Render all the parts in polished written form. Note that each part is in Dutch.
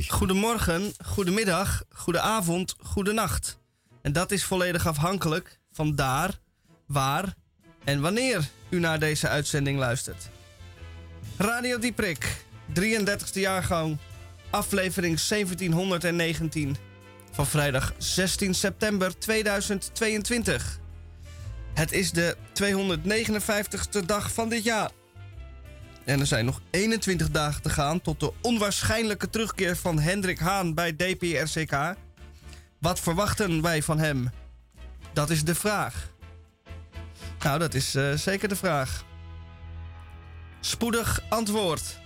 Goedemorgen, goedemiddag, goedenavond, goedenacht. En dat is volledig afhankelijk van daar, waar en wanneer u naar deze uitzending luistert. Radio Dieprik, 33e jaargang, aflevering 1719 van vrijdag 16 september 2022. Het is de 259ste dag van dit jaar. En er zijn nog 21 dagen te gaan tot de onwaarschijnlijke terugkeer van Hendrik Haan bij DPRCK. Wat verwachten wij van hem? Dat is de vraag. Nou, dat is zeker de vraag. Spoedig antwoord.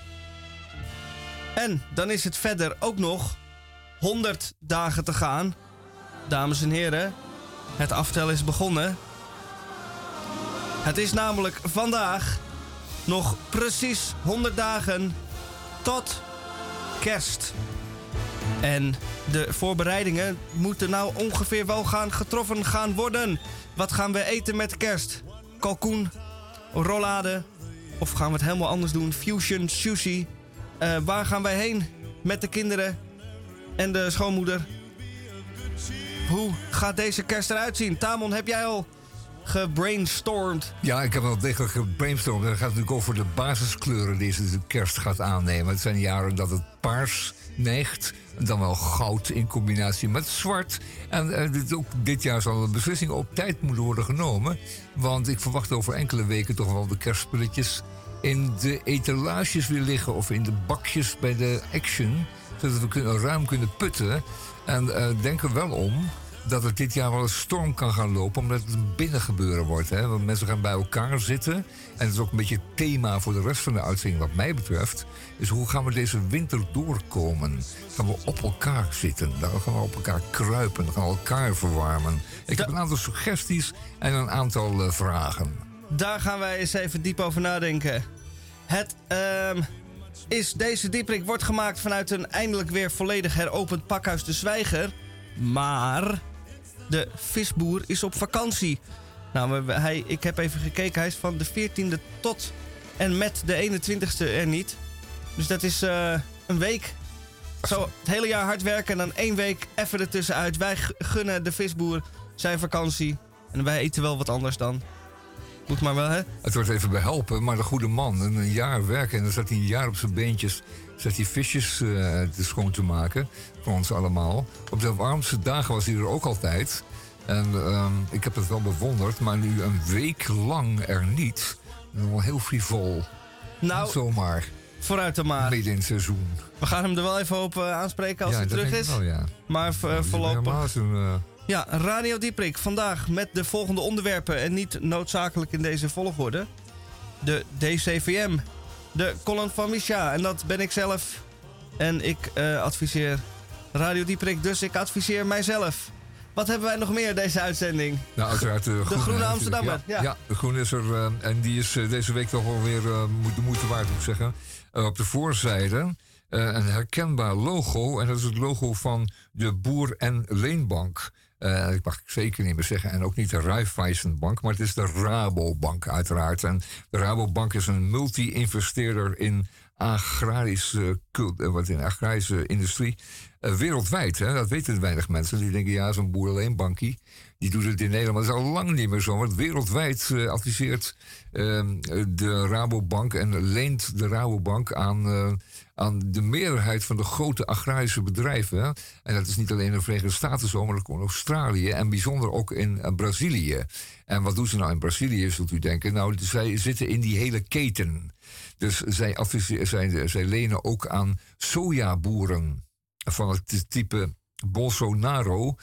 En dan is het verder ook nog 100 dagen te gaan. Dames en heren, het aftel is begonnen. Het is namelijk vandaag nog precies 100 dagen tot kerst. En de voorbereidingen moeten nou ongeveer wel getroffen gaan worden. Wat gaan we eten met kerst? Kalkoen, rollade, of gaan we het helemaal anders doen? Fusion, sushi. Waar gaan wij heen met de kinderen en de schoonmoeder? Hoe gaat deze kerst eruit zien? Tamon, heb jij al gebrainstormd? Ja, ik heb wel degelijk gebrainstormd. Het gaat natuurlijk over de basiskleuren die de kerst gaat aannemen. Het zijn jaren dat het paars neigt. En dan wel goud in combinatie met zwart. En ook dit jaar zal de beslissing op tijd moeten worden genomen. Want ik verwacht over enkele weken toch wel de kerstspulletjes in de etalages weer liggen. Of in de bakjes bij de Action. Zodat we ruim kunnen putten. En denk er wel om dat het dit jaar wel een storm kan gaan lopen, omdat het een binnengebeuren wordt. Hè? Want mensen gaan bij elkaar zitten. En het is ook een beetje het thema voor de rest van de uitzending wat mij betreft. Is hoe gaan we deze winter doorkomen? Gaan we op elkaar zitten? Dan gaan we op elkaar kruipen? Dan gaan we elkaar verwarmen? Ik heb een aantal suggesties en een aantal vragen. Daar gaan wij eens even diep over nadenken. Deze dieprik wordt gemaakt vanuit een eindelijk weer volledig heropend pakhuis De Zwijger. Maar de visboer is op vakantie. Nou, ik heb even gekeken. Hij is van de 14e tot en met de 21e er niet. Dus dat is een week. Zo het hele jaar hard werken en dan 1 week even ertussenuit. Wij gunnen de visboer zijn vakantie. En wij eten wel wat anders dan. Moet maar wel, hè? Het wordt even behelpen, maar de goede man. Een jaar werken en dan zat hij een jaar op zijn beentjes. Zat hij visjes te schoon te maken. Voor ons allemaal. Op de warmste dagen was hij er ook altijd. En ik heb het wel bewonderd. Maar nu een week lang er niet. Wel heel frivol. Nou, zomaar. Vooruit dan maar. Midden in het seizoen. We gaan hem er wel even op aanspreken als hij terug is. Wel, ja. Maar voorlopig. Ja, Radio Dieprik. Vandaag met de volgende onderwerpen. En niet noodzakelijk in deze volgorde. De DCVM. De column van Misha. En dat ben ik zelf. En ik adviseer Radio Dieprik. Dus ik adviseer mijzelf. Wat hebben wij nog meer deze uitzending? Nou, uiteraard de Groene Amsterdammer. Ja, de Groene is er. En die is deze week toch wel weer de moeite waard, moet ik zeggen. Op de voorzijde een herkenbaar logo. En dat is het logo van de Boer- en Leenbank. Ik mag zeker niet meer zeggen. En ook niet de Raiffeisenbank. Maar het is de Rabobank uiteraard. En de Rabobank is een multi-investeerder in agrarische industrie. Wereldwijd, hè? Dat weten weinig mensen. Die denken, ja, zo'n boerenleenbankie, die doet het in Nederland. Maar dat is al lang niet meer zo. Want wereldwijd adviseert de Rabobank en leent de Rabobank aan de meerderheid van de grote agrarische bedrijven. Hè? En dat is niet alleen in de Verenigde Staten zo, maar ook in Australië en bijzonder ook in Brazilië. En wat doen ze nou in Brazilië, zult u denken? Nou, zij zitten in die hele keten. Dus zij lenen ook aan sojaboeren van het type Bolsonaro,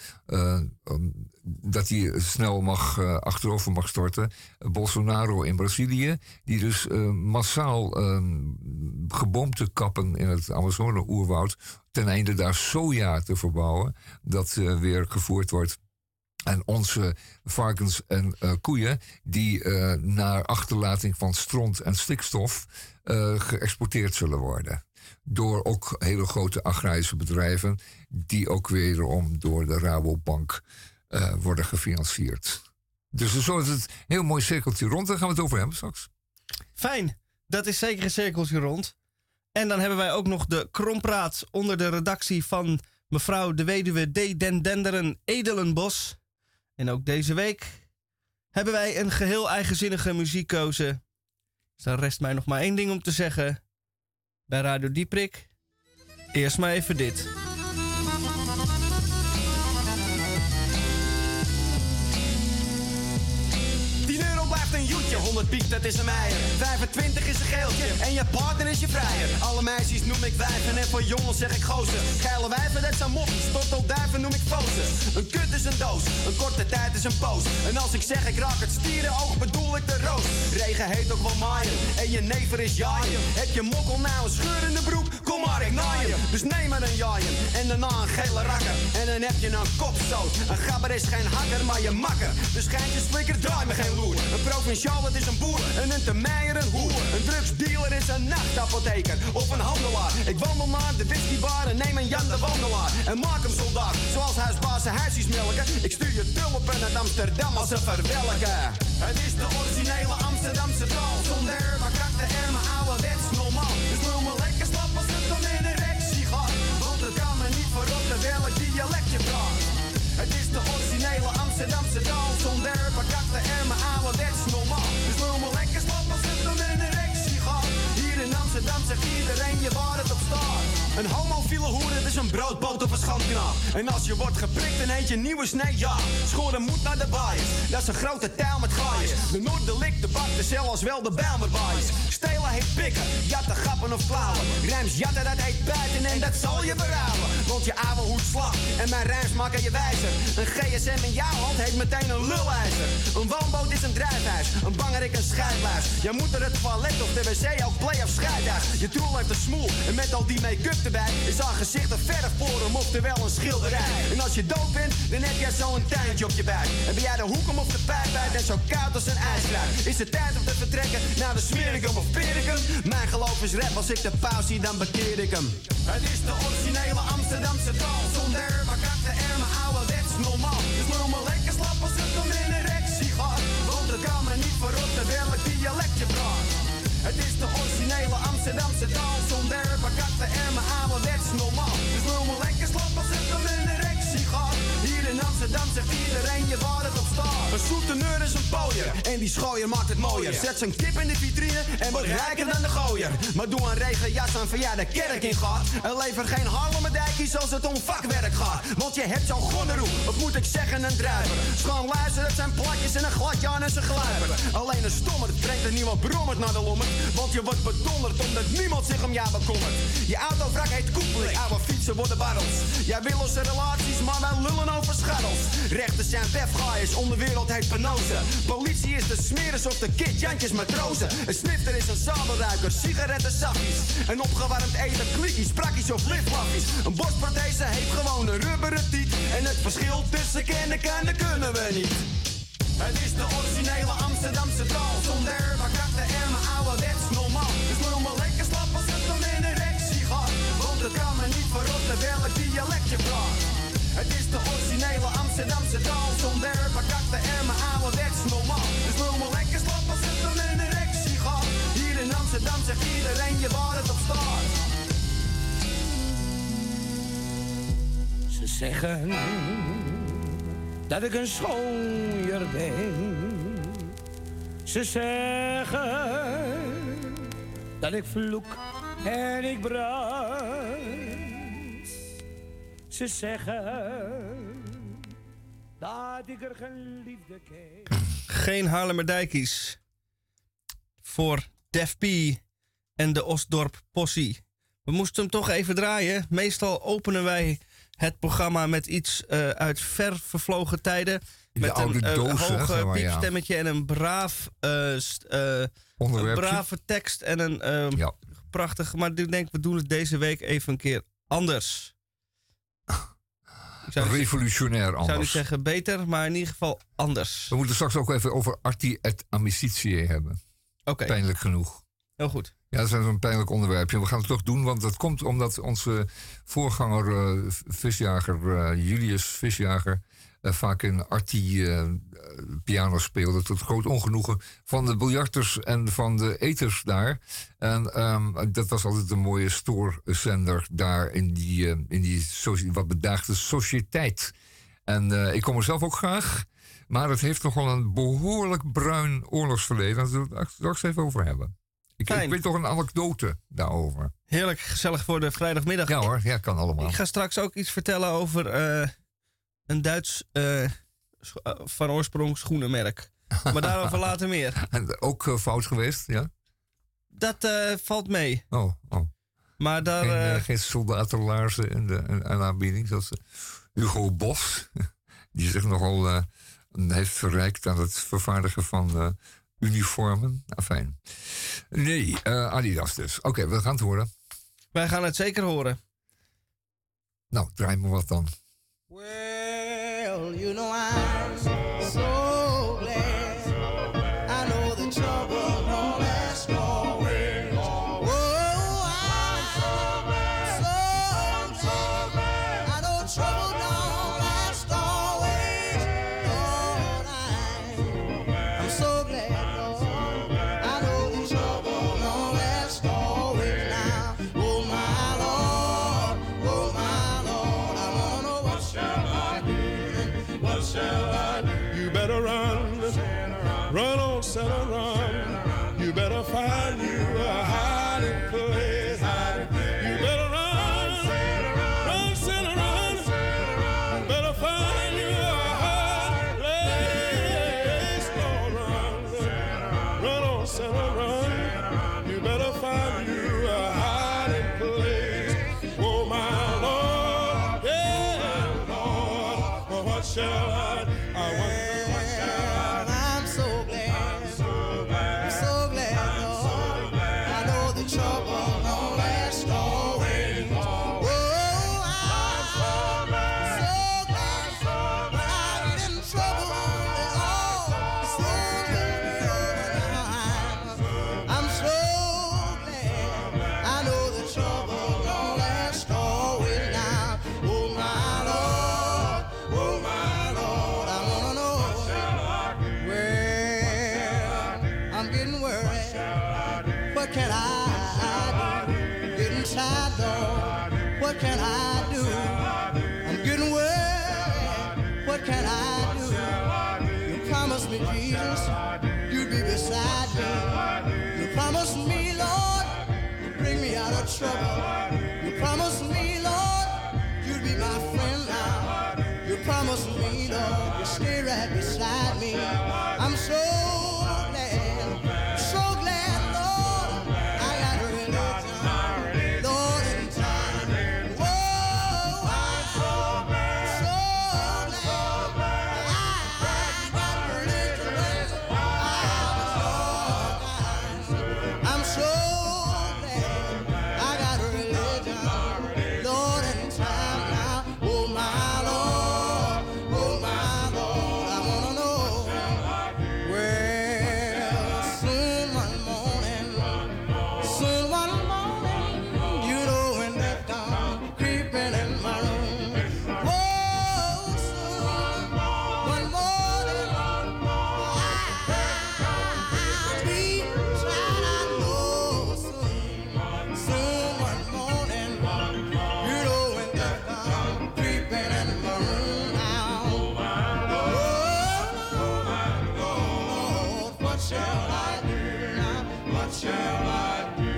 dat hij snel achterover mag storten. Bolsonaro in Brazilië, die dus massaal geboomte kappen in het Amazone-oerwoud ten einde daar soja te verbouwen, dat weer gevoerd wordt. En onze varkens en koeien, die naar achterlating van stront en stikstof geëxporteerd zullen worden. Door ook hele grote agrarische bedrijven, die ook wederom door de Rabobank worden gefinancierd. Dus zo is het een heel mooi cirkeltje rond. Daar gaan we het over hebben straks. Fijn, dat is zeker een cirkeltje rond. En dan hebben wij ook nog de Krompraat onder de redactie van mevrouw de weduwe D. Den Denderen Edelenbos. En ook deze week hebben wij een geheel eigenzinnige muziekkeuze. Dus dan rest mij nog maar één ding om te zeggen. Bij Radio Dieprik, eerst maar even dit. 100 piek, dat is een meijer. 25 is een geeltje en je partner is je vrijer. Alle meisjes noem ik wijven en voor jongens zeg ik gozer. Geile wijven, dat zijn moppies, tortelduiven noem ik fozen. Een kut is een doos, een korte tijd is een poos. En als ik zeg ik raak het stierenoog, bedoel ik de roos. Regen heet ook wel maaien en je never is jaaien. Heb je mokkel nou een scheur in de broek? Kom maar, ik naaien. Dus neem maar een jaaien en daarna een gele rakker. En dan heb je een kopstoot. Een gabber is geen hakker, maar je makker. Dus geintje slikker, draai me geen loer. Een provinciaal, het is een boer. En een termeijer, een hoer. Een drugsdealer is een nachtapotheker. Of een handelaar. Ik wandel naar de whiskybar en neem een Jan de Wandelaar. En maak hem soldaat, zoals huisbazen huisjes melken. Ik stuur je tulpen uit Amsterdam als een verwelken. Het is de originele Amsterdamse taal. Zonder maar karakter en mijn ouderwets normaal. Dus wil me lekker slap als het dan in een erectie gaat. Want het kan me niet voorop terwijl ik dialectje praat. Het is de originele Amsterdamse taal. Zonder maar karakter en mijn ouderwets normaal. Dus wil me lekker slap als het dan in een erectie gaat. Hier in Amsterdam zegt iedereen je waar het op staat. Een homofiele hoer, het is een broodboot of een schandknaap. En als je wordt geprikt, dan eet je nieuwe snee, ja. Schoren moet naar de baaiers, dat is een grote taal met gaaiers. De Noorderlik, de bak, de cel als wel de Bijlmerbaaiers. Stelen heet pikken, jatten, gappen of klauwen. Rijms jatten, dat heet buiten en dat zal je berouwen. Want je ouwe hoed slag en mijn rijms maken je wijzer. Een GSM in jouw hand heet meteen een lulijzer. Een woonboot is een drijfhuis, een bangerik een scheidluis. Jij moet er het toilet of de wc ook play of scheidhuis. Je troel heeft een smoel en met al die make-up erbij is haar gezicht een verf voor hem, oftewel een schilderij. En als je dood bent, dan heb jij zo'n tuintje op je buik. En ben jij de hoekem of de pijp uit en zo koud als een ijskruid. Is het tijd om te vertrekken naar de Smerigum of Pericum? Mijn geloof is rap, als ik de paus zie, dan bekeer ik hem. Het is de originele Amsterdamse taal. Zonder maar karakter en mijn ouderwets normaal. Dus wil me lekker slap als het om in een erectie gaat. Want het kan me niet voorop terwijl ik dialectje praat. Het is de originele Amsterdamse taal. Zonder maar karakter en mijn ouderwets normaal. Dus wil me lekker slap als het om in een erectie gaat. Hier in Amsterdam zegt iedereen je waar het op staat. Een souteneur is een pooier en die schooier maakt het mooier. Zet zijn kip in de vitrine en wordt rijker dan de gooier. Maar doe een regenjas aan van jij de kerk in gaat. En lever geen Harlemmerdijkies als het om vakwerk gaat. Want je hebt zo'n gonneroe, of moet ik zeggen een druiver. Schoon luisteren, het zijn plakjes en een gladje aan en zijn gluiper. Alleen een stommerd brengt er niemand brommerd naar de lommer. Want je wordt bedonderd omdat niemand zich om jou bekommert. Je autovrak heet koepeling, oude fietsen worden barrels. Jij wil onze relaties, maar wij lullen over scharrels. Rechters zijn wefgaaiers, onderwereld heet penose. Politie is de smeris of de kidjantjes matrozen. Een snifter is een sabelruiker, sigaretten saffies. Een opgewarmd eten, klikkies, prakkies of liflaffies. Een borstprothese heeft gewoon een rubberen tiet. En het verschil tussen kennen kunnen we niet. Het is de originele Amsterdamse taal. Zonder maar karakter en mijn ouderwets normaal. Dus wil me lekker slap als het om in een erectie gaat. Want het kan me niet voorop terwijl ik dialectje praat. Het is de originele Amsterdamse taal. Zonder maar karakter en mijn ouderwets normaal. Dus wil me lekker slap als het om in een erectie gaat. Hier in Amsterdam zegt iedereen je waar het op staat. Ze zeggen dat ik een schooier ben. Ze zeggen dat ik vloek en ik brand. Ze zeggen dat ik er geen liefde ken. Geen Haarlemmerdijkies voor Def P en de Osdorp Possie. We moesten hem toch even draaien. Meestal openen wij het programma met iets uit ver vervlogen tijden. Met een hoge piepstemmetje en een brave tekst en een prachtig. Maar ik denk, we doen het deze week even een keer anders. Revolutionair anders. Ik zou niet zeggen beter, maar in ieder geval anders. We moeten straks ook even over Arti et Amicitie hebben. Oké. Pijnlijk genoeg. Heel goed. Ja, dat is een pijnlijk onderwerpje. We gaan het toch doen, want dat komt omdat onze voorganger, visjager, Julius Visjager, vaak een arti piano speelde. Tot groot ongenoegen van de biljarters en van de eters daar. En dat was altijd een mooie stoorzender daar in die wat bedaagde sociëteit. En ik kom er zelf ook graag. Maar het heeft nogal een behoorlijk bruin oorlogsverleden. Daar zullen we het straks even over hebben. Ik weet toch een anekdote daarover. Heerlijk gezellig voor de vrijdagmiddag. Ja hoor, ja, kan allemaal. Ik ga straks ook iets vertellen over een Duits van oorsprong schoenenmerk. Maar daarover later meer. En ook fout geweest, ja? Dat valt mee. Oh. Maar daar... Geen soldatenlaarzen in de aanbieding. Zoals Hugo Boss. Die zich nogal heeft verrijkt aan het vervaardigen van uniformen. Nou, fijn. Nee, Adidas dus. Oké, we gaan het horen. Wij gaan het zeker horen. Nou, draai me wat dan. Well, you know I'm so glad. I know the trouble won't last always. Oh, I'm so glad. I know trouble don't last always. Lord, I'm so glad, Lord. I know the trouble don't last always now. Oh, my Lord, I wanna know what shall I do? What shall I do? You better run, run on, Santa, run. You better find you a hiding place. You better run, run, Santa, run. You better find you a hiding place. Lord, run on, Santa, run. You better find you a hiding place. Oh my Lord, yeah, Lord, what shall I do? I wonder what shall I do? I'm so glad, I'm so glad, Lord. I know the trouble won't last always. Oh, I'm so glad, when I get in trouble, it all slowly over. I'm so glad, I know the trouble won't last always now. Oh my Lord, I wanna know. Well, I'm getting worried. What can I do? Getting tired, Lord. What can I do? I'm getting worried. What can I do? You promised me, Jesus, you'd be beside me. You promised me, Lord, you'd bring me out of trouble. You promised me, Lord, you'd be my friend now. You promised me, Lord, you'd stay right beside me. I'm so glad, Lord, I got a religion, Lord, in time. Whoa, I'm so glad, I got a religion, I'm so glad I got a religion, Lord, in time now. Oh my Lord, I wanna know. Well, soon one morning, you know when that dawn creeping in my room. Whoa, soon one morning, I'll be trying, I know. Soon one morning, you know when that dawn creeping in my room now. Lord, what shall I do now? What shall I do?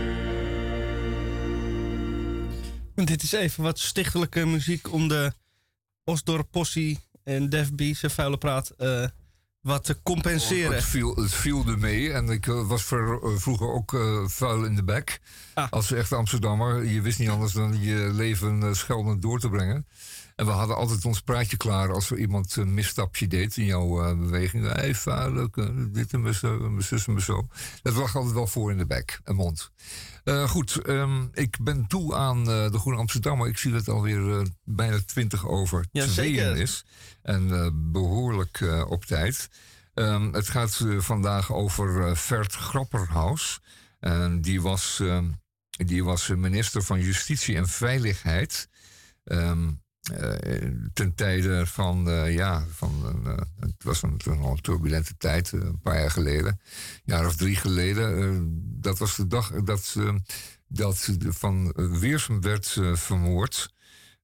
Dit is even wat stichtelijke muziek om de Osdorp Possie en Def B zijn vuile praat wat te compenseren. Het viel er mee. En ik was vroeger ook vuil in de bek. Als echte Amsterdammer. Je wist niet anders dan je leven scheldend door te brengen. En we hadden altijd ons praatje klaar als er iemand een misstapje deed in jouw beweging. Hé, vuil, dit en mijn zus en mijn zo. Dat lag altijd wel voor in de bek en mond. Goed, ik ben toe aan de Groene Amsterdammer. Ik zie dat het alweer bijna 20 over 2 is. En behoorlijk op tijd. Het gaat vandaag over Vert Grapperhaus. Die was minister van Justitie en Veiligheid. ten tijde van, het was toen al een turbulente tijd, een paar jaar geleden, een jaar of 3 geleden. Dat was de dag dat Van Weersum werd vermoord.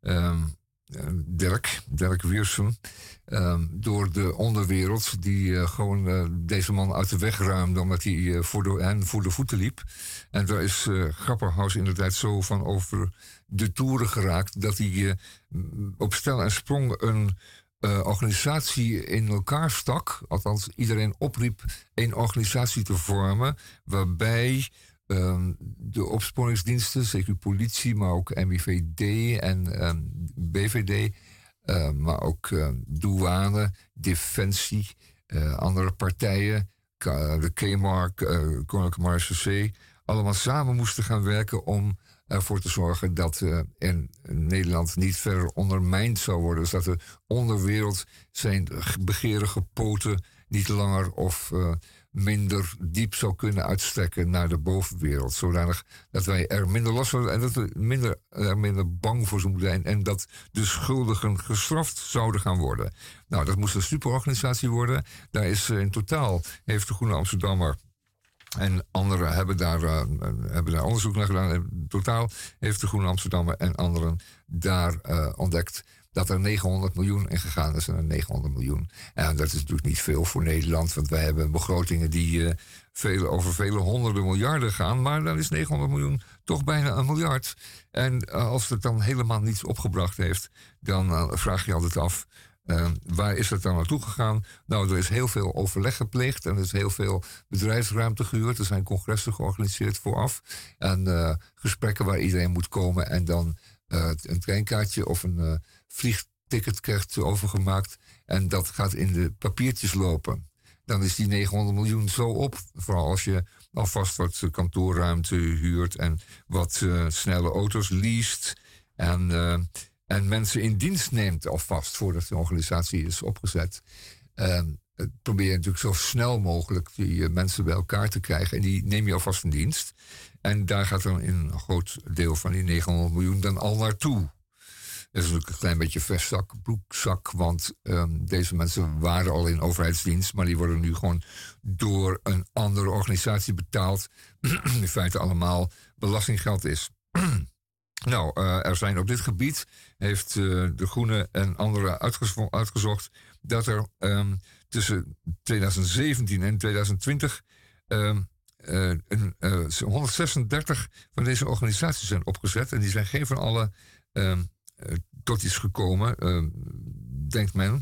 Dirk Wiersum, door de onderwereld die gewoon deze man uit de weg ruimde omdat hij voor de voeten liep. En daar is Grapperhaus inderdaad zo van over de toeren geraakt dat hij op stel en sprong een organisatie in elkaar stak. Althans, iedereen opriep een organisatie te vormen waarbij de opsporingsdiensten, zeker politie, maar ook MIVD en BVD, maar ook douane, defensie, andere partijen, de KMAR, Koninklijke Marechaussee, allemaal samen moesten gaan werken om ervoor te zorgen dat in Nederland niet verder ondermijnd zou worden. Dus dat de onderwereld zijn begeerige poten niet langer of minder diep zou kunnen uitstrekken naar de bovenwereld. Zodanig dat wij er minder last van en dat we minder bang voor zouden zijn en dat de schuldigen gestraft zouden gaan worden. Nou, dat moest een superorganisatie worden. Daar is in totaal, heeft de Groene Amsterdammer en anderen hebben daar onderzoek naar gedaan. In totaal heeft de Groene Amsterdammer en anderen daar ontdekt dat er 900 miljoen in gegaan is. En 900 miljoen. En dat is natuurlijk niet veel voor Nederland, want wij hebben begrotingen die over vele honderden miljarden gaan. Maar dan is 900 miljoen toch bijna 1 miljard. En als het dan helemaal niets opgebracht heeft, dan vraag je altijd af, waar is het dan naartoe gegaan? Nou, er is heel veel overleg gepleegd en er is heel veel bedrijfsruimte gehuurd. Er zijn congressen georganiseerd vooraf en gesprekken waar iedereen moet komen en dan een treinkaartje of een vliegticket krijgt overgemaakt en dat gaat in de papiertjes lopen. Dan is die 900 miljoen zo op. Vooral als je alvast wat kantoorruimte huurt en wat snelle auto's leest en mensen in dienst neemt alvast voordat de organisatie is opgezet. Probeer je natuurlijk zo snel mogelijk die mensen bij elkaar te krijgen en die neem je alvast in dienst. En daar gaat dan een groot deel van die 900 miljoen dan al naartoe. Dat is natuurlijk een klein beetje vestzak, broekzak, want deze mensen waren al in overheidsdienst, maar die worden nu gewoon door een andere organisatie betaald. In feite allemaal belastinggeld is. Nou, er zijn op dit gebied, heeft de Groene en anderen uitgezocht, dat er tussen 2017 en 2020 136 van deze organisaties zijn opgezet. En die zijn geen van alle tot iets gekomen, denkt men.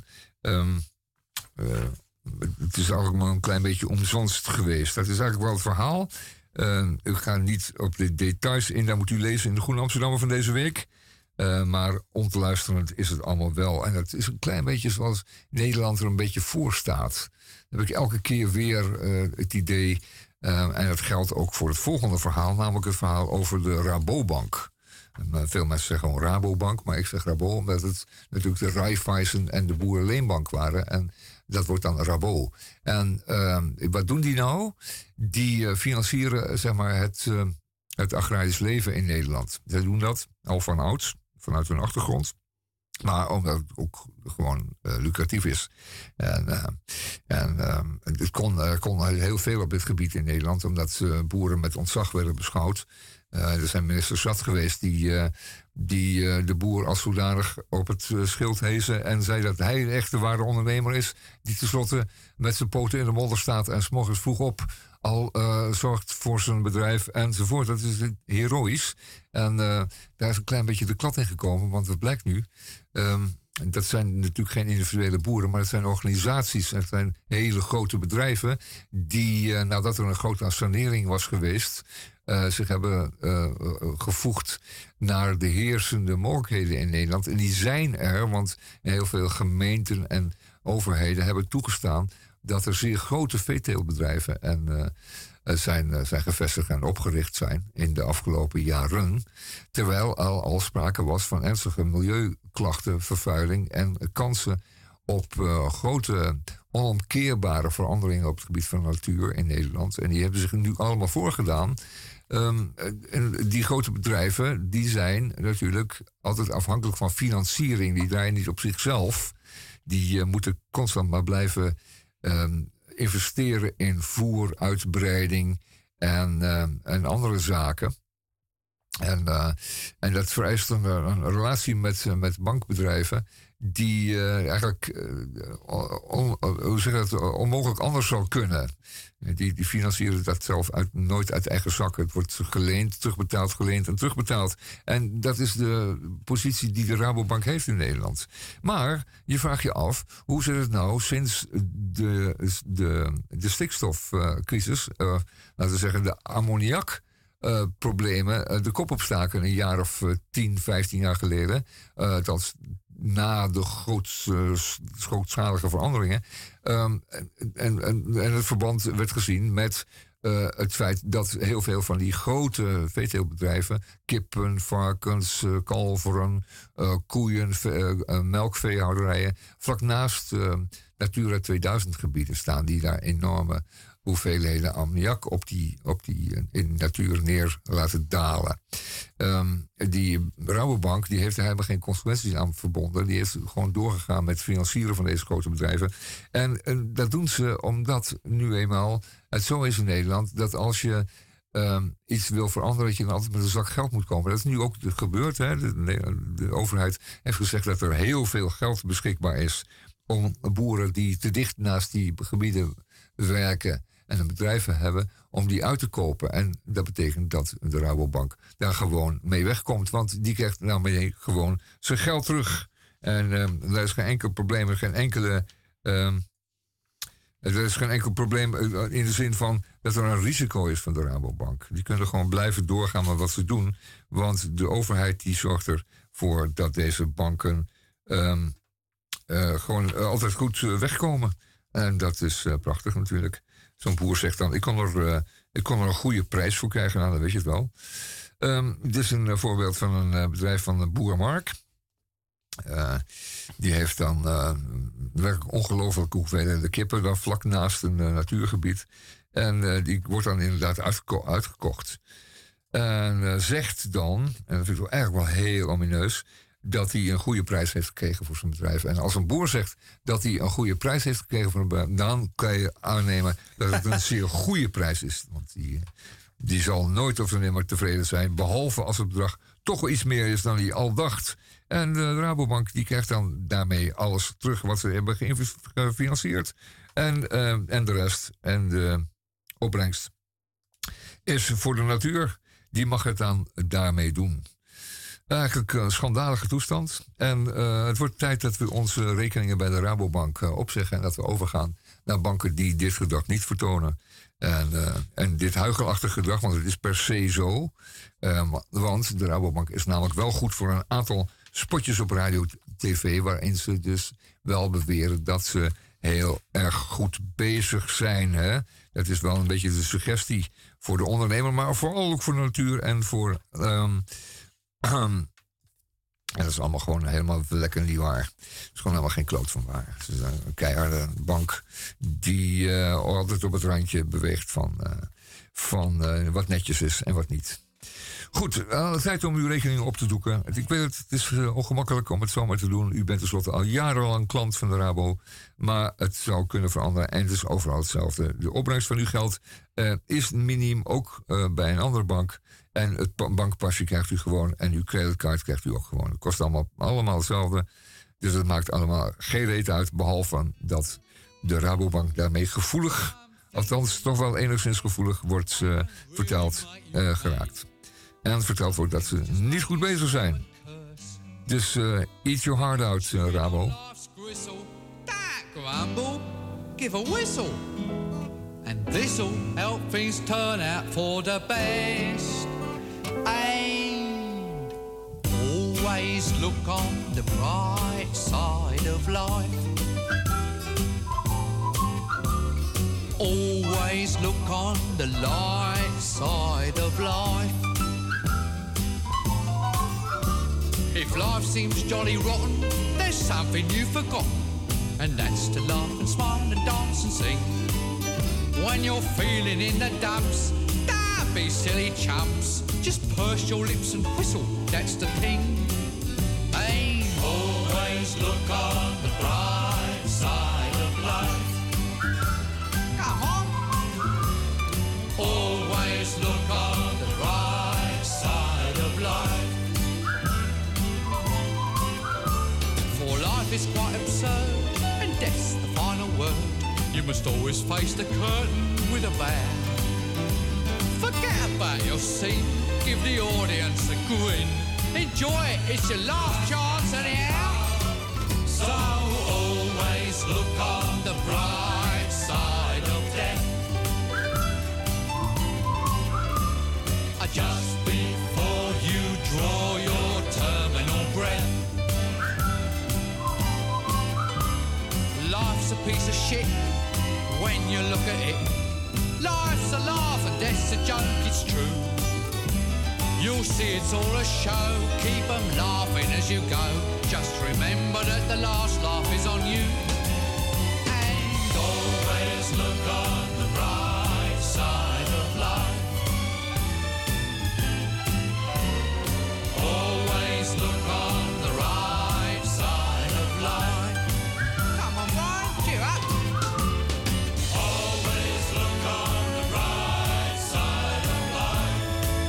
Het is eigenlijk maar een klein beetje omzonst geweest. Dat is eigenlijk wel het verhaal. Ik ga niet op de details in, daar moet u lezen in de Groene Amsterdammer van deze week. Maar ontluisterend is het allemaal wel. En het is een klein beetje zoals Nederland er een beetje voor staat. Dan heb ik elke keer weer het idee. En dat geldt ook voor het volgende verhaal, namelijk het verhaal over de Rabobank. En, veel mensen zeggen gewoon Rabobank, maar ik zeg Rabo omdat het natuurlijk de Raiffeisen en de Boerenleenbank waren. En dat wordt dan Rabo. En wat doen die nou? Die financieren zeg maar het agrarisch leven in Nederland. Zij doen dat al van ouds, vanuit hun achtergrond. Maar omdat het ook gewoon lucratief is. En het kon heel veel op dit gebied in Nederland, omdat boeren met ontzag werden beschouwd. Er zijn ministers zat geweest die de boer als zodanig op het schild hezen en zei dat hij de echte ware ondernemer is, die tenslotte met zijn poten in de modder staat en 's morgens vroeg op al zorgt voor zijn bedrijf enzovoort. Dat is heroïs. En daar is een klein beetje de klad in gekomen, want wat blijkt nu? Dat zijn natuurlijk geen individuele boeren, maar het zijn organisaties. Het zijn hele grote bedrijven die, nadat er een grote sanering was geweest, zich hebben gevoegd naar de heersende mogelijkheden in Nederland. En die zijn er, want heel veel gemeenten en overheden hebben toegestaan dat er zeer grote veeteeltbedrijven zijn gevestigd en opgericht zijn in de afgelopen jaren. Terwijl al sprake was van ernstige milieuklachten, vervuiling en kansen op grote onomkeerbare veranderingen op het gebied van natuur in Nederland. En die hebben zich nu allemaal voorgedaan. En die grote bedrijven die zijn natuurlijk altijd afhankelijk van financiering. Die draaien niet op zichzelf. Die moeten constant maar blijven investeren in voer, uitbreiding en andere zaken. En dat vereist een relatie met bankbedrijven die eigenlijk onmogelijk anders zou kunnen. Die financieren dat zelf nooit uit eigen zak. Het wordt geleend, geleend en terugbetaald. En dat is de positie die de Rabobank heeft in Nederland. Maar je vraagt je af, hoe zit het nou sinds de stikstofcrisis, laten we zeggen de ammoniak, problemen de kop opstaken een jaar of 10, 15 jaar geleden. Althans, na de grootschalige veranderingen. En het verband werd gezien met het feit dat heel veel van die grote veeteeltbedrijven, kippen, varkens, kalveren, koeien, melkveehouderijen, vlak naast Natura 2000 gebieden staan die daar enorme hoeveelheden ammoniak op die in de natuur neer laten dalen. Die Rabobank die heeft er helemaal geen consequenties aan verbonden. Die heeft gewoon doorgegaan met het financieren van deze grote bedrijven. En dat doen ze omdat nu eenmaal het zo is in Nederland dat als je iets wil veranderen, dat je dan altijd met een zak geld moet komen. Dat is nu ook gebeurd. Hè? De overheid heeft gezegd dat er heel veel geld beschikbaar is om boeren die te dicht naast die gebieden werken en een bedrijven hebben, om die uit te kopen. En dat betekent dat de Rabobank daar gewoon mee wegkomt. Want die krijgt daarmee gewoon zijn geld terug. En er is geen enkel probleem, er is geen enkel probleem in de zin van dat er een risico is van de Rabobank. Die kunnen gewoon blijven doorgaan met wat ze doen. Want de overheid die zorgt ervoor dat deze banken gewoon altijd goed wegkomen. En dat is prachtig natuurlijk. Zo'n boer zegt dan, ik kon er een goede prijs voor krijgen. Nou, dan weet je het wel. Dit is een voorbeeld van een bedrijf van boer Mark. Die heeft dan werkelijk ongelooflijke hoeveelheden kippen dan vlak naast een natuurgebied. En die wordt dan inderdaad uitgekocht. En zegt dan, en dat vind ik wel eigenlijk wel heel omineus, dat hij een goede prijs heeft gekregen voor zijn bedrijf. En als een boer zegt dat hij een goede prijs heeft gekregen voor een bedrijf, dan kan je aannemen dat het een zeer goede prijs is. Want die zal nooit of nimmer tevreden zijn, behalve als het bedrag toch wel iets meer is dan hij al dacht. En de Rabobank die krijgt dan daarmee alles terug wat ze hebben gefinancierd. En de rest en de opbrengst is voor de natuur. Die mag het dan daarmee doen. Eigenlijk een schandalige toestand. En het wordt tijd dat we onze rekeningen bij de Rabobank opzeggen en dat we overgaan naar banken die dit gedrag niet vertonen. En dit huichelachtig gedrag, want het is per se zo. Want de Rabobank is namelijk wel goed voor een aantal spotjes op radio, tv, waarin ze dus wel beweren dat ze heel erg goed bezig zijn. Hè? Dat is wel een beetje de suggestie voor de ondernemer, maar vooral ook voor de natuur en voor en dat is allemaal gewoon helemaal lekker niet waar. Het is gewoon helemaal geen kloot van waar. Het is een keiharde bank die altijd op het randje beweegt van wat netjes is en wat niet. Goed, tijd om uw rekeningen op te doeken. Ik weet het is ongemakkelijk om het zomaar te doen. U bent tenslotte al jarenlang klant van de Rabo. Maar het zou kunnen veranderen en het is overal hetzelfde. De opbrengst van uw geld is miniem ook bij een andere bank. En het bankpasje krijgt u gewoon en uw creditcard krijgt u ook gewoon. Het kost allemaal hetzelfde. Dus het maakt allemaal geen reet uit, behalve dat de Rabobank daarmee gevoelig, althans toch wel enigszins gevoelig, wordt verteld geraakt. En verteld wordt dat ze niet goed bezig zijn. Dus eat your heart out, Rabo. Give a whistle. And this'll help things turn out for the best. And always look on the bright side of life. Always look on the light side of life. If life seems jolly rotten, there's something you've forgotten. and that's to laugh and smile and dance and sing. When you're feeling in the dumps, don't be silly chumps. Just purse your lips and whistle, that's the thing. Hey, always look on the bright side of life. Come on. Always look on the bright side of life. For life is quite absurd, and death's the final word. You must always face the curtain with a bow. Forget about your scene, give the audience a grin. Enjoy it, it's your last chance anyhow. So always look on the bright side of death. Just before you draw your terminal breath. Life's a piece of shit when you look at it. Life's a laugh and death's a joke, it's true. You'll see it's all a show, keep 'em laughing as you go. Just remember that the last laugh is on you. And always look on the bright side of life. Always look on the right side of life. Come on, Brian, cheer up. Always look on the right side of life.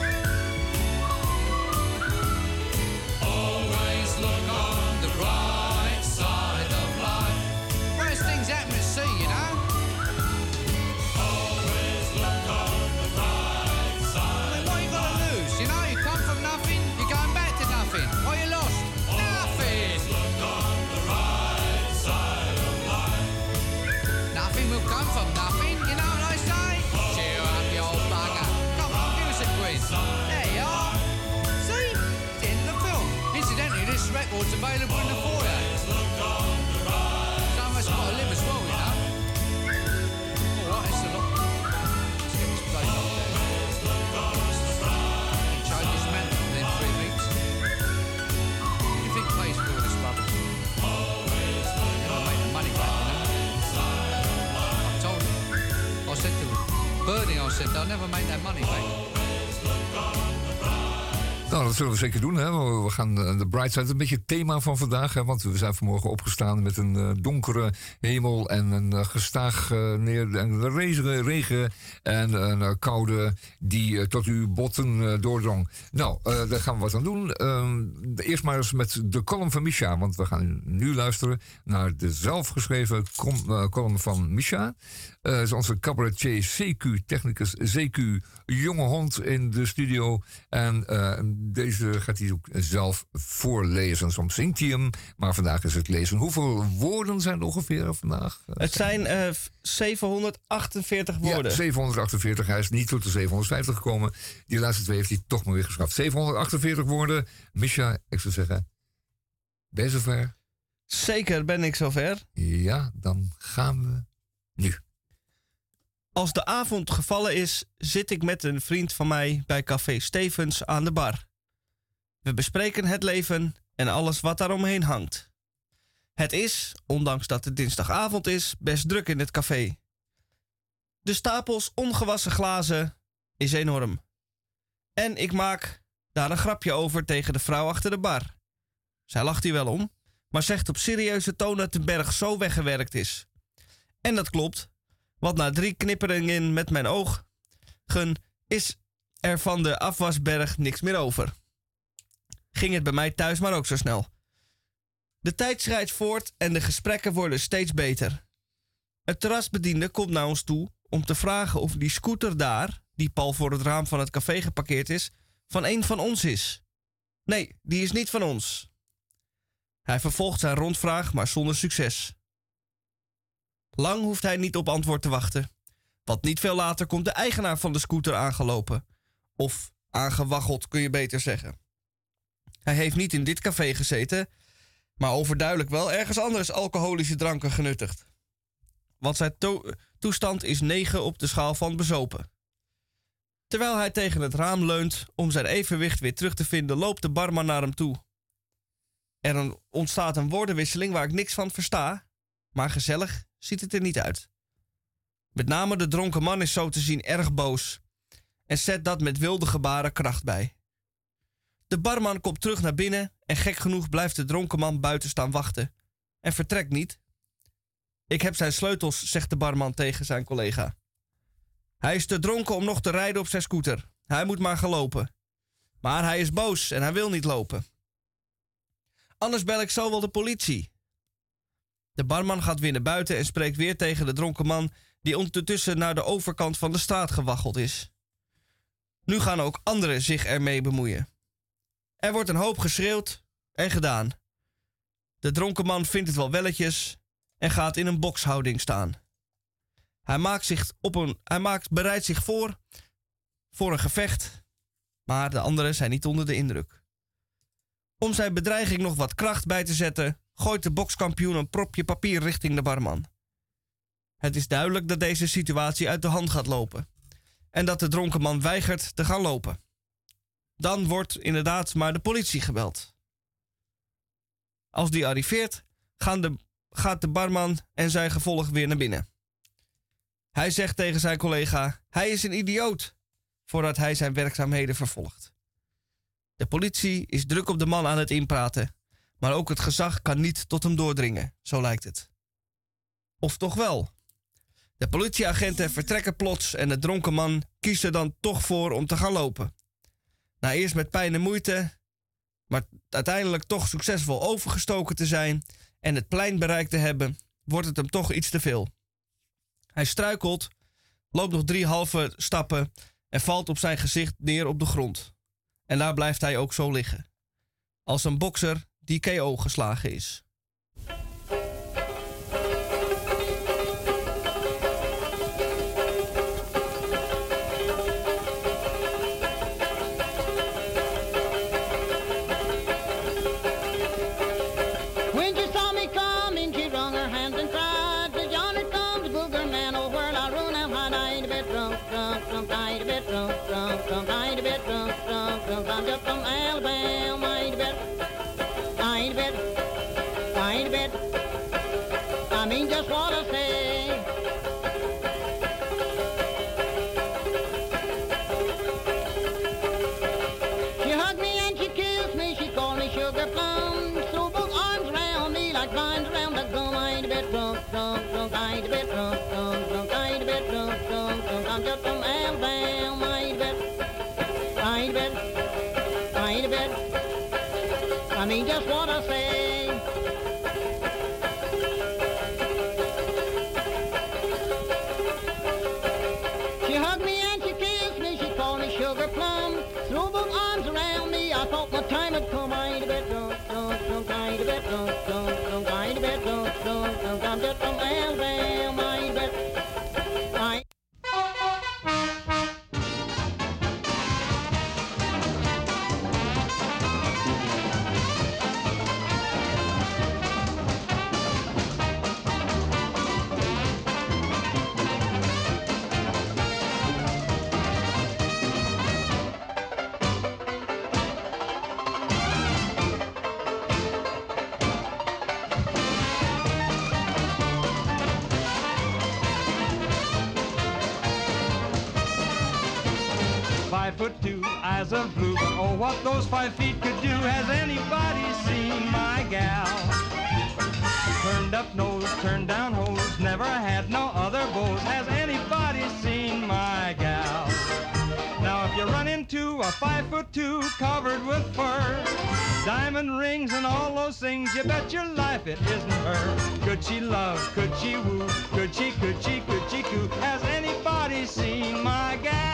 Always look on the right side of life. Worst things happen at sea, you know. Always look on the right side. I mean, what you gotta lose? You know, you come from nothing, you're going back to nothing. What you lost? Nothing. Look on the right side of life. Nothing will come from nothing, you know what I say? Cheer up, you old bugger. Come on, give us a quiz. There you are. See? It's the end of the film. Incidentally, this record's available in the foyer. Some of us got to live as well, you know. All right, it's a lot. Let's get this place up there. Change this man within 3 weeks. What do you think pays for all this rubbish? Never made the money back, you know. I told him. I said to him, Bernie, I said, they'll never make that money back. Nou, dat zullen we zeker doen. Hè? We gaan de Bright Side, een beetje het thema van vandaag. Hè? Want we zijn vanmorgen opgestaan met een donkere hemel en een gestaag neer. En regen en een koude die tot uw botten doordrong. Nou, daar gaan we wat aan doen. Eerst maar eens met de column van Misha. Want we gaan nu luisteren naar de zelfgeschreven column van Misha. Is onze cabaretier CQ, technicus CQ, jonge hond in de studio. En deze gaat hij ook zelf voorlezen. Soms zingt hij hem, maar vandaag is het lezen. Hoeveel woorden zijn er ongeveer vandaag? Het zijn 748 woorden. Ja, 748. Hij is niet tot de 750 gekomen. Die laatste 2 heeft hij toch maar weer geschrapt. 748 woorden. Misha, ik zou zeggen, ben je zover? Zeker ben ik zover. Ja, dan gaan we nu. Als de avond gevallen is, zit ik met een vriend van mij bij Café Stevens aan de bar. We bespreken het leven en alles wat daaromheen hangt. Het is, ondanks dat het dinsdagavond is, best druk in het café. De stapels ongewassen glazen is enorm. En ik maak daar een grapje over tegen de vrouw achter de bar. Zij lacht hier wel om, maar zegt op serieuze toon dat de berg zo weggewerkt is. En dat klopt. Want na 3 knipperingen met mijn ogen is er van de afwasberg niks meer over. Ging het bij mij thuis maar ook zo snel. De tijd schrijdt voort en de gesprekken worden steeds beter. Het terrasbediende komt naar ons toe om te vragen of die scooter daar, die pal voor het raam van het café geparkeerd is, van een van ons is. Nee, die is niet van ons. Hij vervolgt zijn rondvraag, maar zonder succes. Lang hoeft hij niet op antwoord te wachten. Want niet veel later komt de eigenaar van de scooter aangelopen. Of aangewaggeld, kun je beter zeggen. Hij heeft niet in dit café gezeten, maar overduidelijk wel ergens anders alcoholische dranken genuttigd. Want zijn toestand is 9 op de schaal van bezopen. Terwijl hij tegen het raam leunt om zijn evenwicht weer terug te vinden, loopt de barman naar hem toe. Er ontstaat een woordenwisseling waar ik niks van versta. maar gezellig ziet het er niet uit. Met name de dronken man is zo te zien erg boos en zet dat met wilde gebaren kracht bij. De barman komt terug naar binnen en gek genoeg blijft de dronken man buiten staan wachten en vertrekt niet. Ik heb zijn sleutels, zegt de barman tegen zijn collega. Hij is te dronken om nog te rijden op zijn scooter. Hij moet maar gaan lopen. Maar hij is boos en hij wil niet lopen. Anders bel ik zo wel de politie. De barman gaat weer naar buiten en spreekt weer tegen de dronken man die ondertussen naar de overkant van de straat gewaggeld is. Nu gaan ook anderen zich ermee bemoeien. Er wordt een hoop geschreeuwd en gedaan. De dronken man vindt het wel welletjes en gaat in een bokshouding staan. Hij bereidt zich voor een gevecht, maar de anderen zijn niet onder de indruk. Om zijn bedreiging nog wat kracht bij te zetten, gooit de bokskampioen een propje papier richting de barman. Het is duidelijk dat deze situatie uit de hand gaat lopen en dat de dronken man weigert te gaan lopen. Dan wordt inderdaad maar de politie gebeld. Als die arriveert, gaat de barman en zijn gevolg weer naar binnen. Hij zegt tegen zijn collega, hij is een idioot, voordat hij zijn werkzaamheden vervolgt. De politie is druk op de man aan het inpraten, maar ook het gezag kan niet tot hem doordringen, zo lijkt het. Of toch wel? De politieagenten vertrekken plots en de dronken man kiest er dan toch voor om te gaan lopen. Na eerst met pijn en moeite, maar uiteindelijk toch succesvol overgestoken te zijn en het plein bereikt te hebben, wordt het hem toch iets te veel. Hij struikelt, loopt nog 3 halve stappen en valt op zijn gezicht neer op de grond. En daar blijft hij ook zo liggen. Als een bokser die KO geslagen is. When she saw me coming, she wrung her hands and cried, "'Cause yonder comes the booger man, oh, where I run and hide. I ain't a bit drunk, drunk, drunk, I ain't a bit drunk, drunk, drunk, I ain't a bit drunk, drunk, drunk. I'm just from Alabama, I ain't a bit, I ain't a bit, I ain't a bit. I mean just what I say. She hugged me and she kissed me, she called me sugar plum. Threw both arms around me like vines around a gum. I ain't a bit drunk, drunk, drunk, I ain't a bit drunk, drunk, drunk, I ain't a bit drunk, drunk, drunk. I'm just from Alabama, I ain't a bit, I ain't a bit, I ain't a bit. I mean just what I say. She hugged me and she kissed me, she called me sugar plum. Threw both arms around me, I thought my time had come. I ain't a bit drunk, drunk, drunk, I ain't a bit drunk, drunk, drunk, I ain't a bit drunk, drunk, drunk. I'm just from Alabama, I ain't a bit, I. .5'2", eyes of blue, but oh, what those 5 feet could do. Has anybody seen my gal? Turned up nose, turned down hose, never had no other beaux. Has anybody seen my gal? Now if you run into a 5'2" covered with fur, diamond rings and all those things, you bet your life it isn't her. Could she love, could she woo, could she coo? Has anybody seen my gal?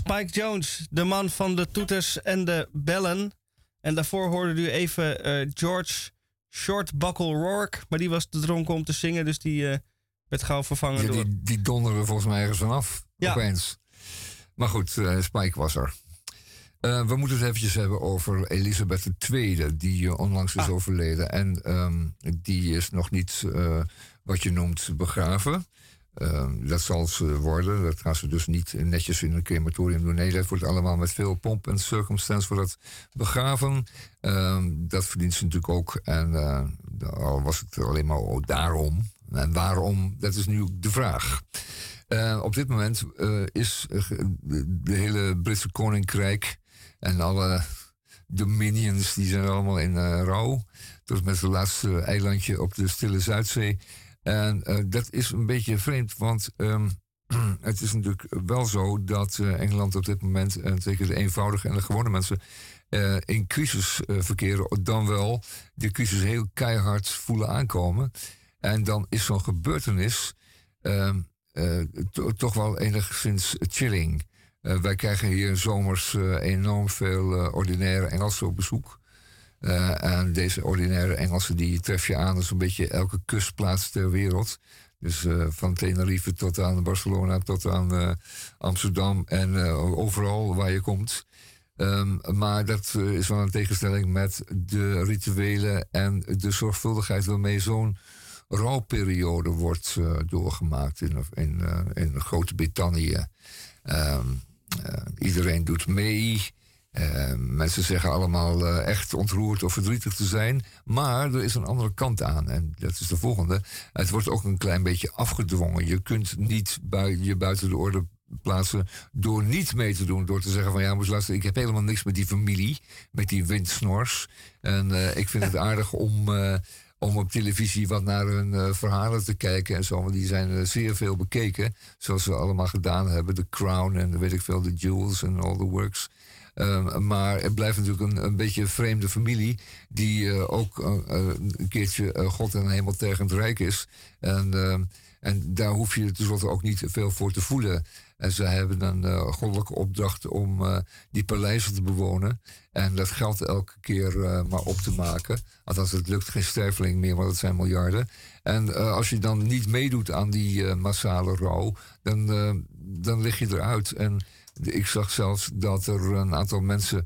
Spike Jones, de man van de toeters en de bellen. En daarvoor hoorde u even George Shortbuckle Rourke. Maar die was te dronken om te zingen, dus die werd gauw vervangen door... Die donderen volgens mij ergens vanaf, opeens. Maar goed, Spike was er. We moeten het eventjes hebben over Elisabeth II, die onlangs is overleden. En die is nog niet wat je noemt begraven. Dat zal ze worden. Dat gaan ze dus niet netjes in een crematorium doen. Nee, dat wordt allemaal met veel pomp en circumstance wordt dat begraven. Dat verdient ze natuurlijk ook. En al was het alleen maar daarom. En waarom, dat is nu de vraag. Op dit moment is de hele Britse koninkrijk en alle dominions, die zijn allemaal in rouw. Tot met het laatste eilandje op de Stille Zuidzee. En dat is een beetje vreemd, want het is natuurlijk wel zo dat Engeland op dit moment, en zeker de eenvoudige en de gewone mensen, in crisis verkeren. Dan wel de crisis heel keihard voelen aankomen. En dan is zo'n gebeurtenis toch wel enigszins chilling. Wij krijgen hier zomers enorm veel ordinaire Engelsen op bezoek. En deze ordinaire Engelsen die tref je aan zo'n beetje elke kustplaats ter wereld. Dus van Tenerife tot aan Barcelona, tot aan Amsterdam en overal waar je komt. Maar dat is wel een tegenstelling met de rituelen en de zorgvuldigheid waarmee zo'n rouwperiode wordt doorgemaakt in Groot-Brittannië. Iedereen doet mee. Mensen zeggen allemaal echt ontroerd of verdrietig te zijn. Maar er is een andere kant aan. En dat is de volgende. Het wordt ook een klein beetje afgedwongen. Je kunt niet je buiten de orde plaatsen door niet mee te doen. Door te zeggen van ja, moet je luisteren, ik heb helemaal niks met die familie. Met die windsnors. En ik vind het aardig om op televisie wat naar hun verhalen te kijken en zo. Want die zijn zeer veel bekeken. Zoals we allemaal gedaan hebben. The Crown en weet ik veel, The Jewels en All the Works. Maar het blijft natuurlijk een beetje een vreemde familie die ook een keertje God en hemeltergend rijk is. En daar hoef je tenslotte ook niet veel voor te voelen. En ze hebben een goddelijke opdracht om die paleizen te bewonen. En dat geld elke keer maar op te maken. Althans, het lukt geen sterveling meer, want het zijn miljarden. En als je dan niet meedoet aan die massale rouw, dan lig je eruit. En ik zag zelfs dat er een aantal mensen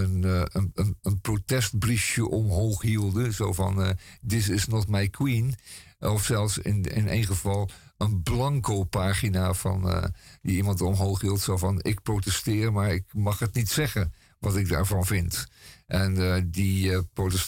een protestbriefje omhoog hielden. Zo van, this is not my queen. Of zelfs in één geval een blanco pagina van die iemand omhoog hield. Zo van, ik protesteer, maar ik mag het niet zeggen wat ik daarvan vind. En die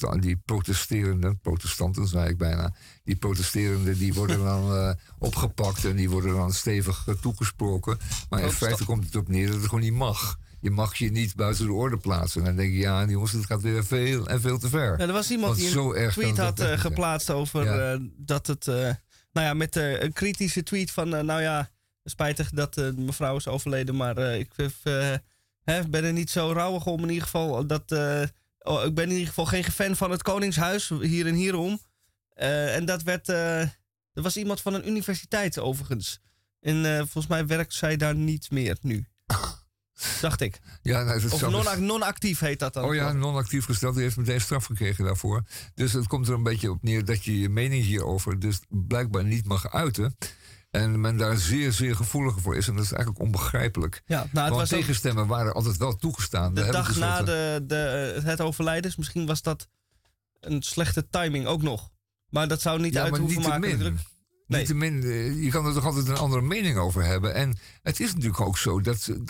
protestanten zei ik bijna, die protesterenden die worden dan opgepakt en die worden dan stevig toegesproken. Maar in feite komt het op neer dat het gewoon niet mag. Je mag je niet buiten de orde plaatsen. En dan denk je, ja, jongens, het gaat weer veel en veel te ver. Ja, er was iemand die een tweet had geplaatst over dat het... met een kritische tweet van... spijtig dat mevrouw is overleden, maar ik ben er niet zo rouwig om in ieder geval. Ik ben in ieder geval geen fan van het Koningshuis, hier en hierom. En dat werd... er was iemand van een universiteit overigens. En volgens mij werkt zij daar niet meer nu. Dacht ik. Ja, nou, of non-actief heet dat dan. Oh ja, non-actief gesteld. Die heeft meteen straf gekregen daarvoor. Dus het komt er een beetje op neer dat je je mening hierover dus blijkbaar niet mag uiten. En men daar zeer, zeer gevoelig voor is. En dat is eigenlijk onbegrijpelijk. Ja, want tegenstemmen waren altijd wel toegestaan. De dag na het overlijden. Dus misschien was dat een slechte timing ook nog. Maar dat zou niet uit hoeven maken. Nee. Niettemin, je kan er toch altijd een andere mening over hebben. En het is natuurlijk ook zo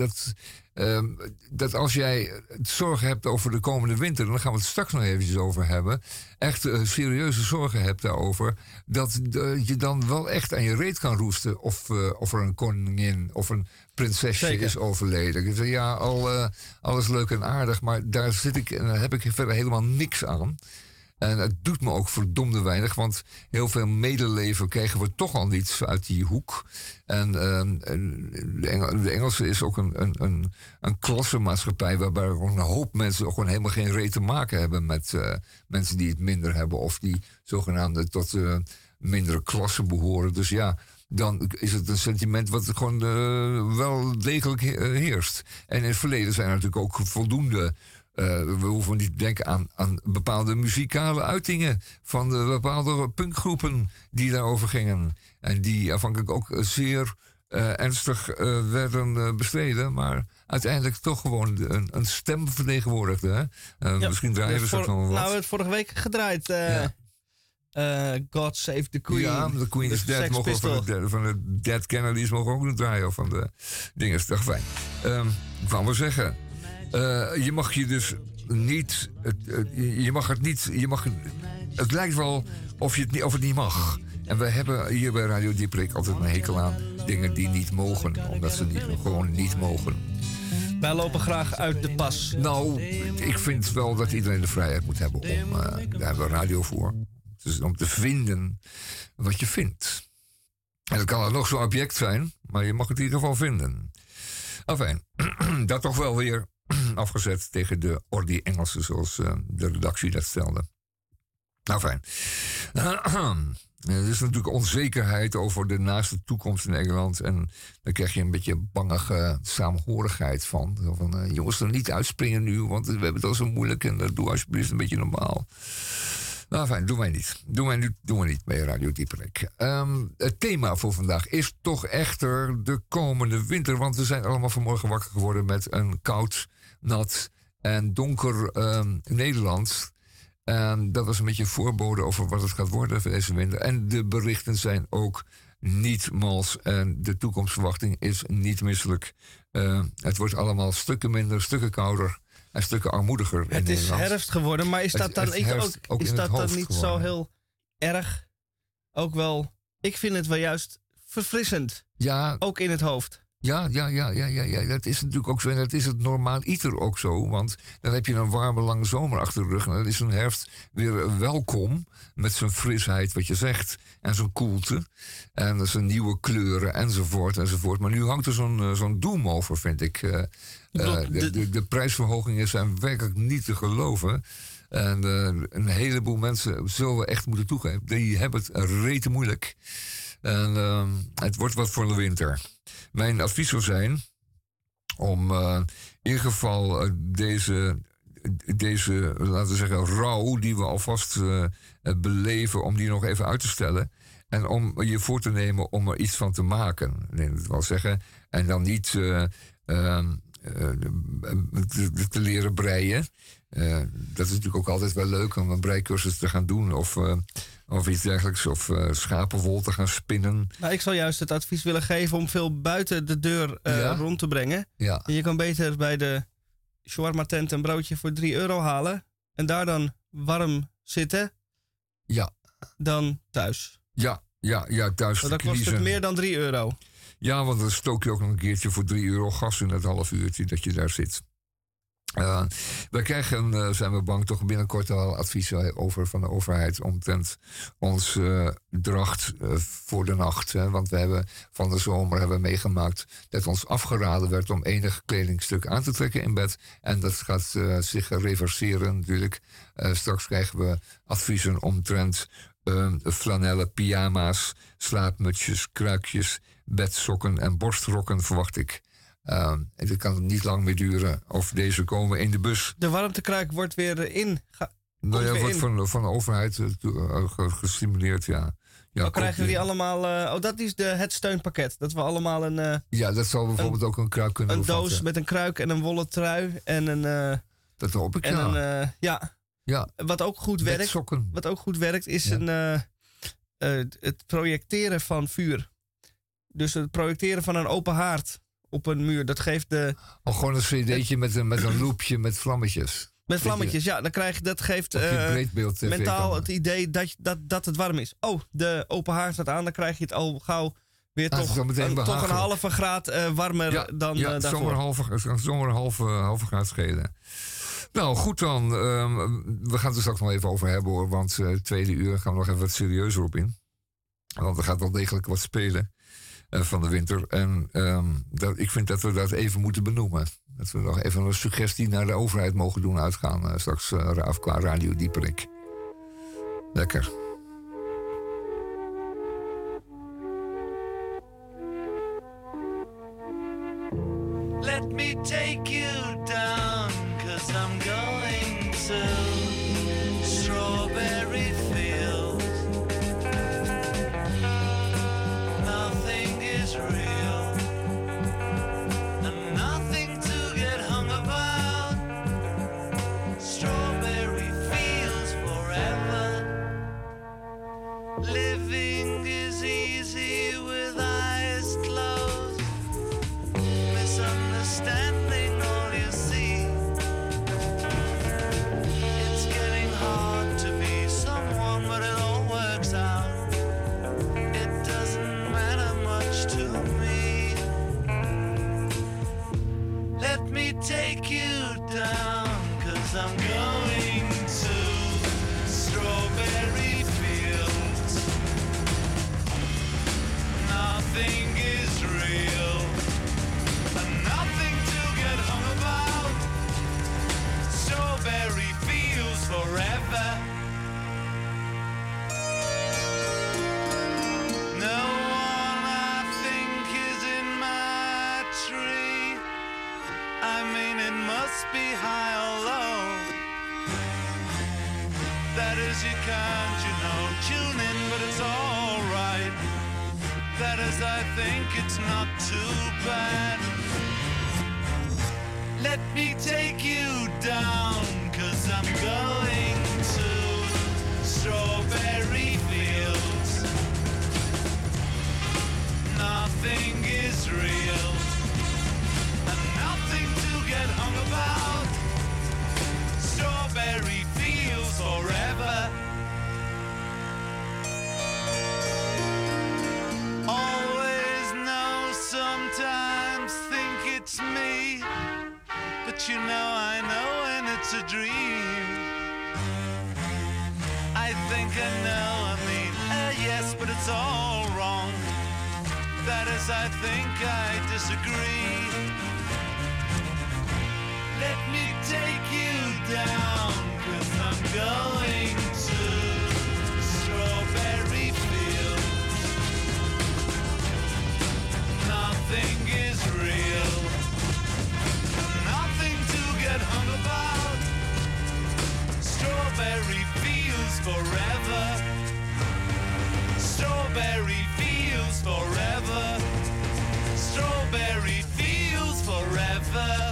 dat als jij zorgen hebt over de komende winter... dan gaan we het straks nog eventjes over hebben... echt serieuze zorgen hebt daarover... dat je dan wel echt aan je reet kan roesten... of er een koningin of een prinsesje is overleden. Ik zeg, ja, alles leuk en aardig... maar daar heb ik verder helemaal niks aan... En het doet me ook verdomde weinig, want heel veel medeleven krijgen we toch al niet uit die hoek. En de Engelse is ook een klassenmaatschappij waarbij een hoop mensen ook gewoon helemaal geen reet te maken hebben met mensen die het minder hebben of die zogenaamde tot mindere klassen behoren. Dus ja, dan is het een sentiment wat gewoon wel degelijk heerst. En in het verleden zijn er natuurlijk ook voldoende. We hoeven niet te denken aan bepaalde muzikale uitingen van bepaalde punkgroepen die daarover gingen. En die afhankelijk ook zeer ernstig werden bestreden, maar uiteindelijk toch gewoon een stem vertegenwoordigde. Misschien draaien we ze nog wel wat. Nou, we hebben het vorige week gedraaid. God Save the Queen. Ja, de Queen is Dead. Van de Dead Kennedys mogen ook nog draaien. Of van de dingen. Is toch fijn. Ik wou maar zeggen. Je mag je dus niet. Het lijkt wel of het niet mag. En we hebben hier bij Radio Dieprik altijd een hekel aan dingen die niet mogen. Omdat ze gewoon niet mogen. Wij lopen graag uit de pas. Nou, ik vind wel dat iedereen de vrijheid moet hebben om. Daar hebben we radio voor. Dus om te vinden wat je vindt. En dat kan er nog zo'n object zijn, maar je mag het in ieder geval vinden. Enfin, dat toch wel weer afgezet tegen de ordi Engelsen, zoals de redactie dat stelde. Enfin. Er is natuurlijk onzekerheid over de naaste toekomst in Engeland. En dan krijg je een beetje bangige saamhorigheid van. Zo van jongens, er niet uitspringen nu, want we hebben het al zo moeilijk. En doe alsjeblieft een beetje normaal. Nou fijn, doen wij niet bij Radio Dieperik. Het thema voor vandaag is toch echter de komende winter. Want we zijn allemaal vanmorgen wakker geworden met een koud, nat en donker Nederland. En dat was een beetje een voorbode over wat het gaat worden voor deze winter. En de berichten zijn ook niet mals. En de toekomstverwachting is niet misselijk. Het wordt allemaal stukken minder, stukken kouder. En stukken armoediger. Het is herfst geworden, maar is dat dan niet zo heel erg? Ook wel, ik vind het wel juist verfrissend. Ja. Ook in het hoofd. Ja. Dat is natuurlijk ook zo. En dat is het normaaliter ook zo. Want dan heb je een warme, lange zomer achter de rug. En dan is een herfst weer welkom. Met zijn frisheid, wat je zegt. En zijn koelte. En zijn nieuwe kleuren, enzovoort. Maar nu hangt er zo'n doem over, vind ik. De prijsverhogingen zijn werkelijk niet te geloven. En een heleboel mensen zullen we echt moeten toegeven. Die hebben het rete moeilijk. En het wordt wat voor de winter. Mijn advies zou zijn om in ieder geval deze, laten we zeggen, rouw die we alvast beleven, om die nog even uit te stellen. En om je voor te nemen om er iets van te maken. Nee, dat wil zeggen. En dan niet te leren breien. Dat is natuurlijk ook altijd wel leuk om een breikursus te gaan doen. Of iets dergelijks. Of schapenwol te gaan spinnen. Nou, ik zou juist het advies willen geven om veel buiten de deur rond te brengen. Ja. En je kan beter bij de shawarma tent een broodje voor €3 halen. En daar dan warm zitten. Ja. Dan thuis. Ja, thuis. Maar dan kost het meer dan €3. Ja, want dan stook je ook nog een keertje voor €3 gas in het half uurtje dat je daar zit. We krijgen, zijn we bang, toch binnenkort al adviezen over van de overheid omtrent ons dracht voor de nacht. Hè? Want we hebben van de zomer meegemaakt dat ons afgeraden werd om enig kledingstuk aan te trekken in bed. En dat gaat zich reverseren natuurlijk. Straks krijgen we adviezen omtrent flanellen, pyjama's, slaapmutsjes, kruikjes, bedsokken en borstrokken, verwacht ik. Het kan niet lang meer duren of deze komen in de bus. De warmtekruik wordt weer wordt van de overheid gestimuleerd, ja. Dan krijgen we die allemaal... dat is het steunpakket. Dat we allemaal een... ja, dat zal bijvoorbeeld ook een kruik kunnen bevatten. Een doos met een kruik en een wollen trui en een... dat hoop ik, en ja. Wat ook goed werkt, is het projecteren van vuur. Dus het projecteren van een open haard op een muur. Dat geeft de... gewoon een cd'tje met een loopje met vlammetjes. Met vlammetjes, ja. Dan krijg je, dat geeft mentaal het idee dat het warm is. Oh, de open haard staat aan. Dan krijg je het al gauw weer toch een halve graad warmer dan daarvoor. Zomaar een halve graad schelen. Nou, goed dan. We gaan het er straks nog even over hebben, hoor. Want tweede uur gaan we nog even wat serieuzer op in. Want er gaat wel degelijk wat spelen van de winter. En ik vind dat we dat even moeten benoemen. Dat we nog even een suggestie naar de overheid mogen doen uitgaan. Straks qua Radio Dieperik. Lekker. Let me take you down, 'cause I'm going to strawberry fields. Nothing is real, and nothing to get hung about. Strawberry fields forever. Living is easy with eyes closed. Misunderstanding all you see. It's getting hard to be someone, but it all works out. It doesn't matter much to me. Let me take you down, 'cause I'm going to strawberry fields. Nothing is real, and nothing to get hung about. Strawberry fields forever. No one I think is in my tree. I mean, it must be high or low. That is, you can't, tune in, but it's all right. That is, I think it's not too bad. Let me take you down, 'cause I'm going to strawberry fields. Nothing is real, and nothing to get hung about. Strawberry fields forever. Always know, sometimes think it's me, but I know when it's a dream. I think I know, yes, but it's all wrong. That is, I think I disagree. Let me take you down, 'cause I'm going to strawberry fields. Nothing is real, nothing to get hung about. Strawberry fields forever. Strawberry fields forever. Strawberry fields forever.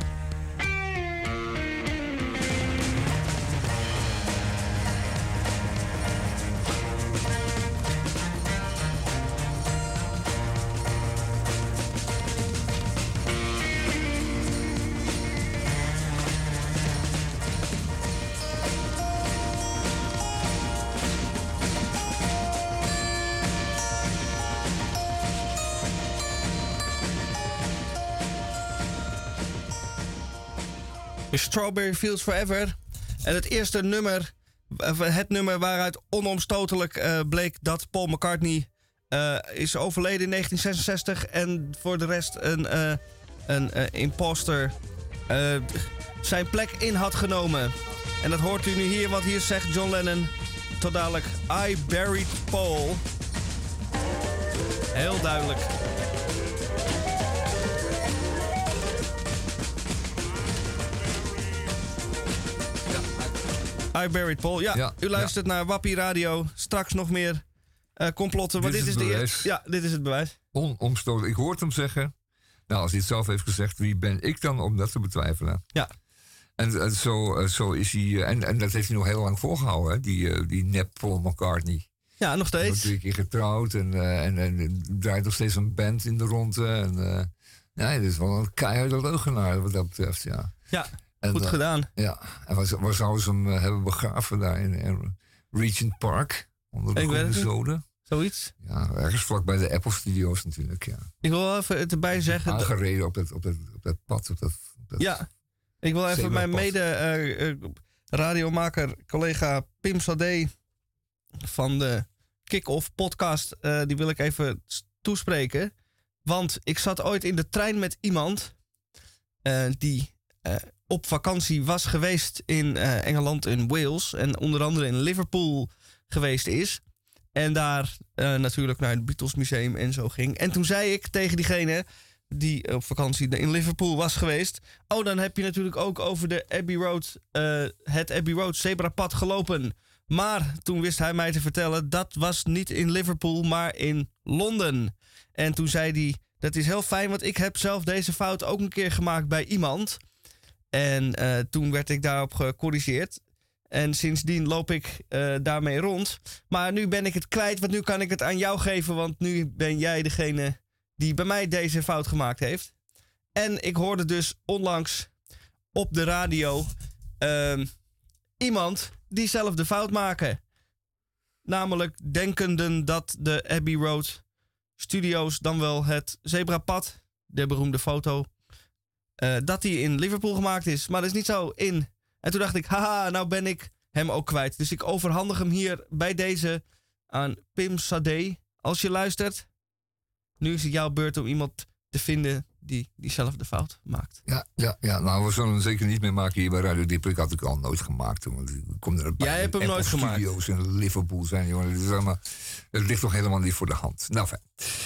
Strawberry Fields Forever. En het eerste nummer, het nummer waaruit onomstotelijk bleek dat Paul McCartney is overleden in 1966. En voor de rest een imposter zijn plek in had genomen. En dat hoort u nu hier, want hier zegt John Lennon tot dadelijk: I buried Paul. Heel duidelijk. I buried Paul. Ja, u luistert naar Wappie Radio. Straks nog meer complotten. Maar dit is de eerste. Ja, dit is het bewijs. Onomstotelijk. Ik hoorde hem zeggen. Nou, als hij het zelf heeft gezegd, wie ben ik dan om dat te betwijfelen? Ja. En zo is hij. En dat heeft hij nog heel lang volgehouden, hè? Die nep Paul McCartney. Ja, nog steeds. Nog 2 keer getrouwd en draait nog steeds een band in de ronde. Nee, dat is wel een keiharde leugenaar wat dat betreft, ja. Ja. Goed gedaan. Ja, en waar zouden ze hem hebben begraven daar in Regent Park? Onder de groene zoden? Zoiets? Ja, ergens vlak bij de Apple Studios natuurlijk, ja. Ik wil wel even het erbij zeggen... Aangereden op dat pad. Ja, ik wil even mijn mede-radiomaker, collega Pim Sade van de Kick-Off podcast, die wil ik even toespreken. Want ik zat ooit in de trein met iemand die... op vakantie was geweest in Engeland en Wales. En onder andere in Liverpool geweest is. En daar natuurlijk naar het Beatles Museum en zo ging. En toen zei ik tegen diegene die op vakantie in Liverpool was geweest. Oh, dan heb je natuurlijk ook over de Abbey Road, het Abbey Road zebrapad gelopen. Maar toen wist hij mij te vertellen, dat was niet in Liverpool, maar in Londen. En toen zei hij, dat is heel fijn, want ik heb zelf deze fout ook een keer gemaakt bij iemand. En toen werd ik daarop gecorrigeerd. En sindsdien loop ik daarmee rond. Maar nu ben ik het kwijt, want nu kan ik het aan jou geven. Want nu ben jij degene die bij mij deze fout gemaakt heeft. En ik hoorde dus onlangs op de radio iemand die zelf de fout maken. Namelijk denkenden dat de Abbey Road Studios, dan wel het zebrapad, de beroemde foto, dat die in Liverpool gemaakt is. Maar dat is niet zo in. En toen dacht ik, haha, nou ben ik hem ook kwijt. Dus ik overhandig hem hier bij deze aan Pim Sade. Als je luistert, nu is het jouw beurt om iemand te vinden die diezelfde fout maakt. Ja, nou, we zullen hem zeker niet meer maken hier bij Radio Dieper. Ik had het al nooit gemaakt. Want ik kom er Jij hebt hem nooit gemaakt. Studio's in Liverpool zijn, jongen. Het ligt toch helemaal niet voor de hand. Nou, fijn.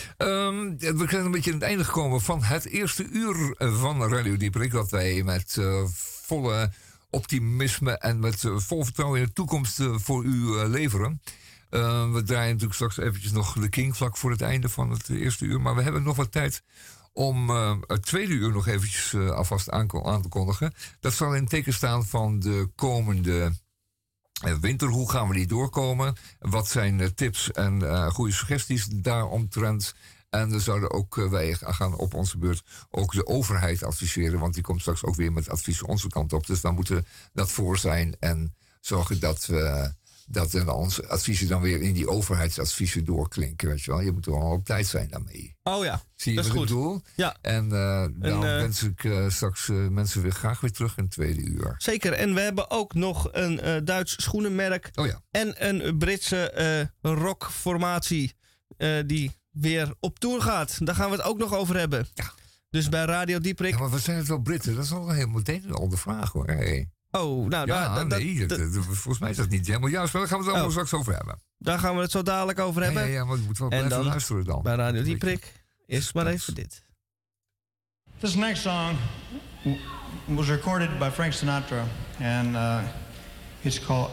We zijn een beetje aan het einde gekomen van het eerste uur van Radio Dieper. Dat wij met volle optimisme en met vol vertrouwen in de toekomst voor u leveren. We draaien natuurlijk straks eventjes nog de King vlak voor het einde van het eerste uur. Maar we hebben nog wat tijd om het tweede uur nog eventjes alvast aan te kondigen. Dat zal in het teken staan van de komende winter. Hoe gaan we die doorkomen? Wat zijn tips en goede suggesties daaromtrent? En we zouden ook, wij gaan op onze beurt ook de overheid adviseren. Want die komt straks ook weer met advies onze kant op. Dus we moeten dat voor zijn en zorgen dat onze adviezen dan weer in die overheidsadviezen doorklinken. Weet je wel? Je moet er wel op tijd zijn daarmee. Oh ja, zie je dat is wat goed. Ik bedoel? Ja. En dan wens ik straks mensen weer graag weer terug in het tweede uur. Zeker, en we hebben ook nog een Duits schoenenmerk. Oh ja. En een Britse rockformatie die weer op tour gaat. Daar gaan we het ook nog over hebben. Ja. Dus bij Radio Dieprik. Ja, maar wat zijn het wel Britten? Dat is al helemaal meteen al de vraag hoor. Hey. Oh, nou, volgens mij is dat niet helemaal juist. Maar daar gaan we het allemaal straks over hebben. Daar gaan we het zo dadelijk over hebben. Ja, maar we moeten wel blijven luisteren dan. Bij Radio Dieprik is maar even dit. This next song was recorded by Frank Sinatra, and it's called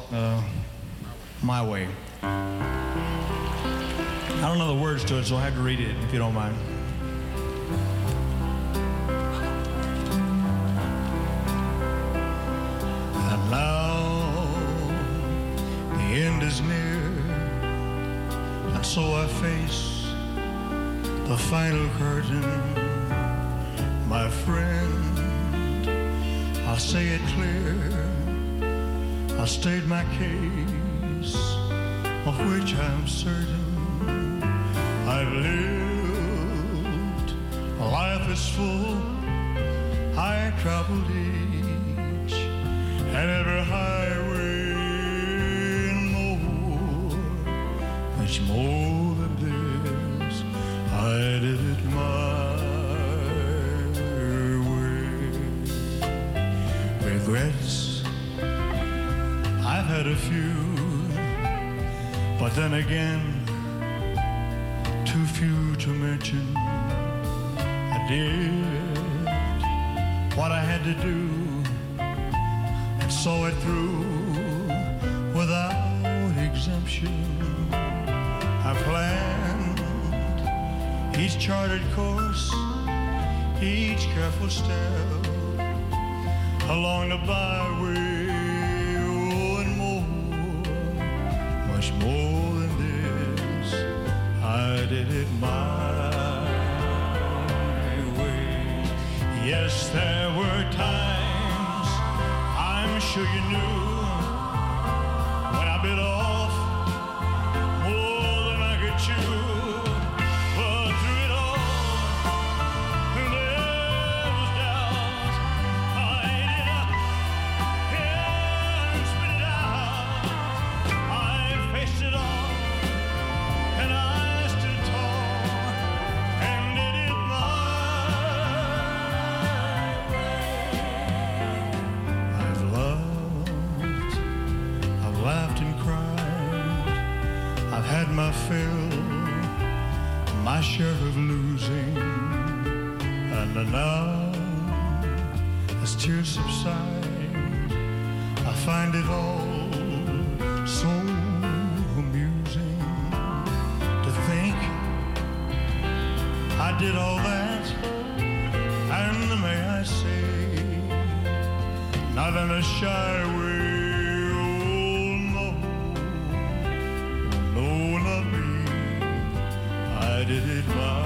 My Way. I don't know the words to it, so I have to read it if you don't mind. And now the end is near, and so I face the final curtain. My friend, I'll say it clear, I'll state my case, of which I'm certain. I've lived, life is full, I traveled each and every highway and more, much more than this, I did it my way. Regrets, I've had a few, but then again, too few to mention. I did what I had to do and saw it through without exemption. I planned each charted course, each careful step along the byway, and more, much more than this, I did it my way. Yes, there were times, I'm sure you knew, when I bit off more than I could chew. But through it all, there was doubt. I ate it up and spit it out. I faced it all, and I stood tall and did it my way. I've loved, I've laughed and cried, I've had my fill, my share of losing And now, as tears subside, I find it all so amusing to think I did all that, and may I say, not in a shy way, oh no, no, not me, I did it my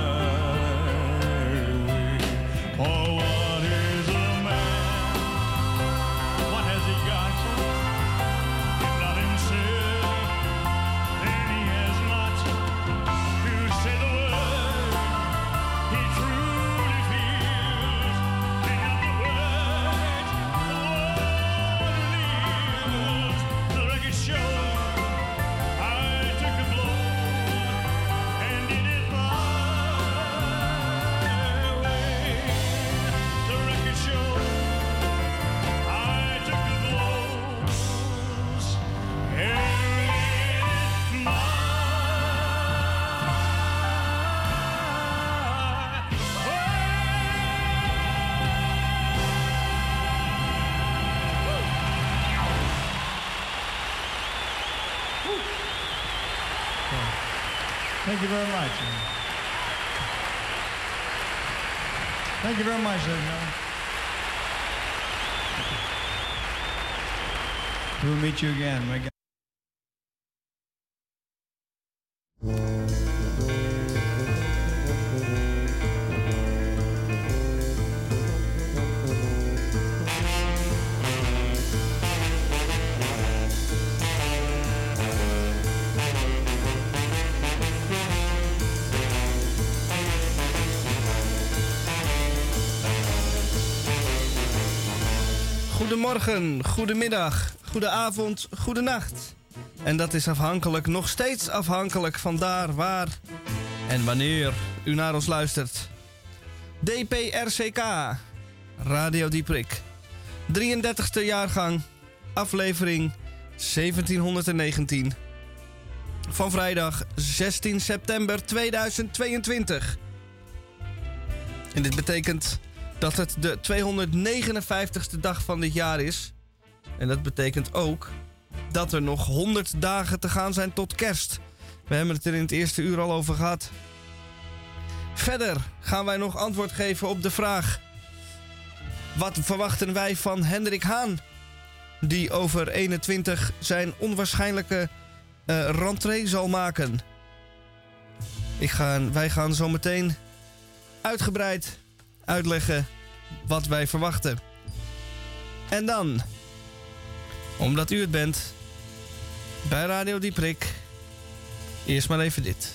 way. Oh, what is a man? What has he got? If not himself, then he has not to say the word he truly feels. He has the words, the record show. I took the blow and did it my way. The record show. I took the blows and did it my way. Thank you very much. Thank you very much, ladies and gentlemen. We'll meet you again. My God. Goedemorgen, goedemiddag, goedenavond, goedenacht. En dat is afhankelijk, nog steeds afhankelijk van daar, waar en wanneer u naar ons luistert. DPRCK, Radio Dieprik. 33e jaargang, aflevering 1719. Van vrijdag 16 september 2022. En dit betekent dat het de 259ste dag van dit jaar is. En dat betekent ook dat er nog 100 dagen te gaan zijn tot kerst. We hebben het er in het eerste uur al over gehad. Verder gaan wij nog antwoord geven op de vraag: wat verwachten wij van Hendrik Haan, die over 21 zijn onwaarschijnlijke rentree zal maken? Wij gaan zo meteen uitgebreid uitleggen wat wij verwachten. En dan, omdat u het bent bij Radio Dieprik, eerst maar even dit.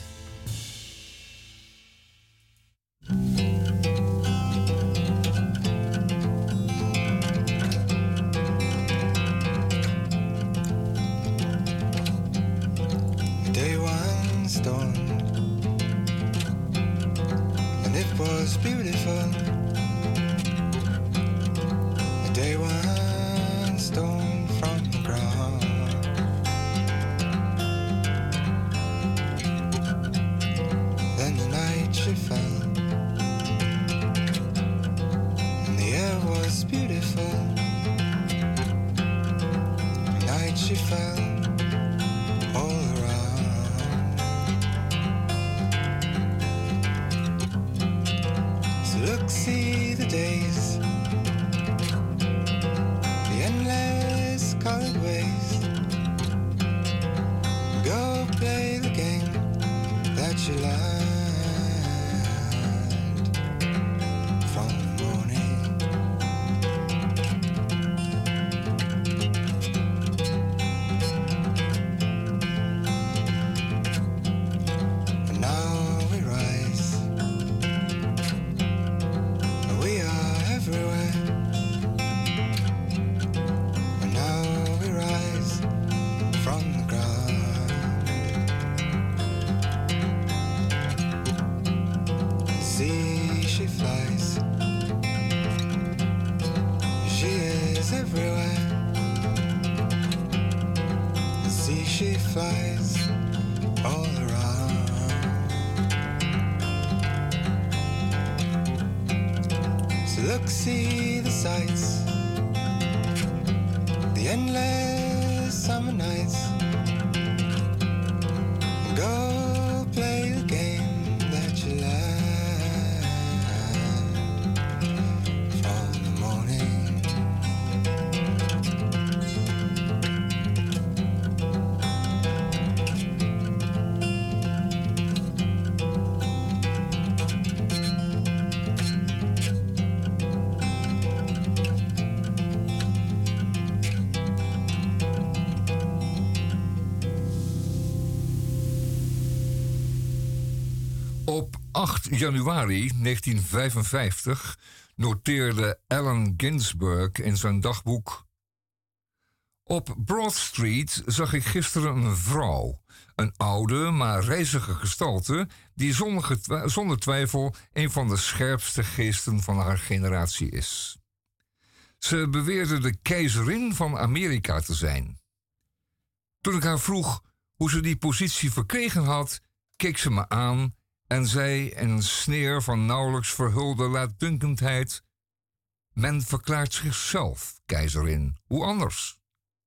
Day one storm, and it was beautiful. Day one stone from the ground. Then the night she fell, and the air was beautiful. The night she fell all around. So look, see the days, colored ways. Go play the game that you learned from the morning. And now we rise, we are everywhere. From the ground. look, see the sights, the endless summer nights. Go play the game that you like. From the morning. Op 8 januari 1955 noteerde Allen Ginsberg in zijn dagboek: op Broad Street zag ik gisteren een vrouw, een oude maar rijzige gestalte die zonder twijfel een van de scherpste geesten van haar generatie is. Ze beweerde de keizerin van Amerika te zijn. Toen ik haar vroeg hoe ze die positie verkregen had, keek ze me aan en zei in een sneer van nauwelijks verhulde laatdunkendheid: men verklaart zichzelf keizerin, hoe anders?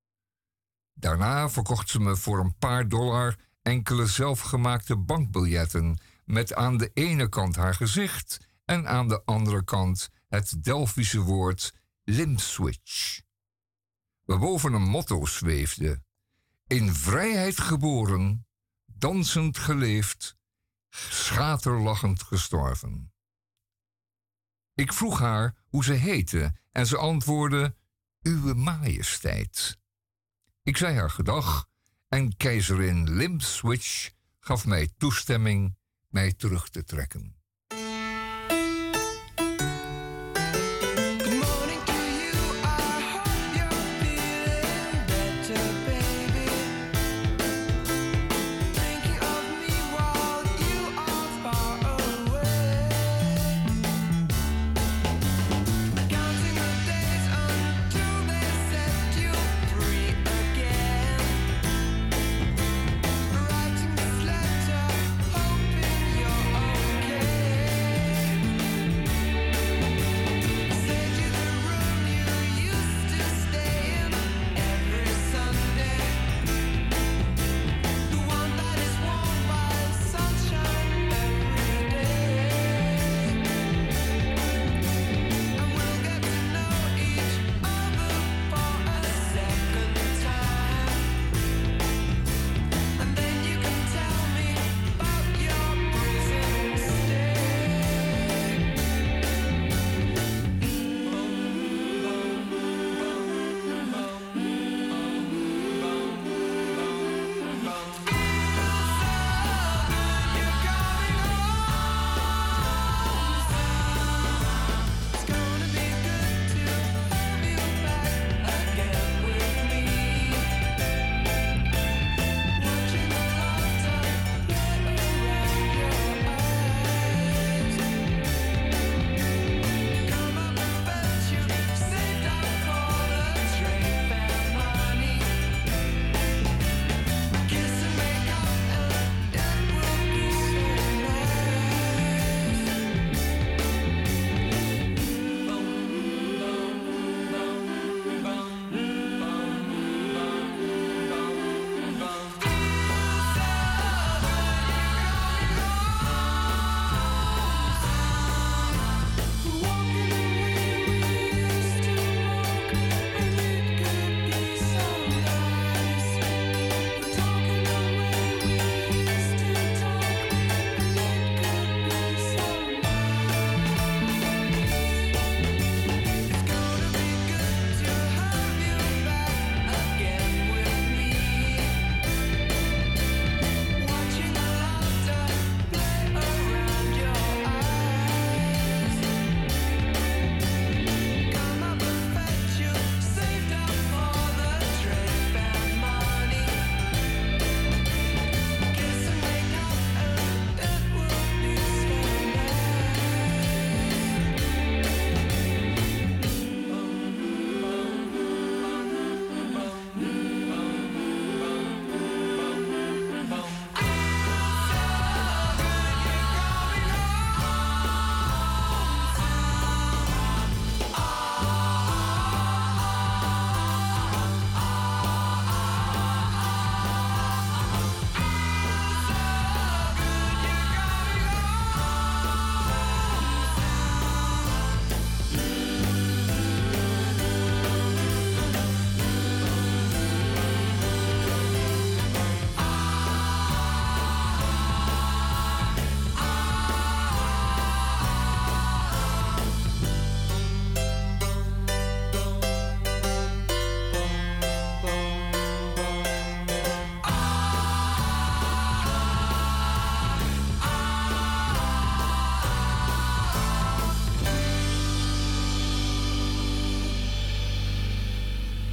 Daarna verkocht ze me voor een paar $, enkele zelfgemaakte bankbiljetten met aan de ene kant haar gezicht en aan de andere kant het Delfische woord Limswitch, waarboven een motto zweefde: in vrijheid geboren, dansend geleefd, schaterlachend gestorven. Ik vroeg haar hoe ze heette en ze antwoordde: Uwe Majesteit. Ik zei haar gedag en keizerin Limswitch gaf mij toestemming mij terug te trekken. Writing this letter, hoping you're okay.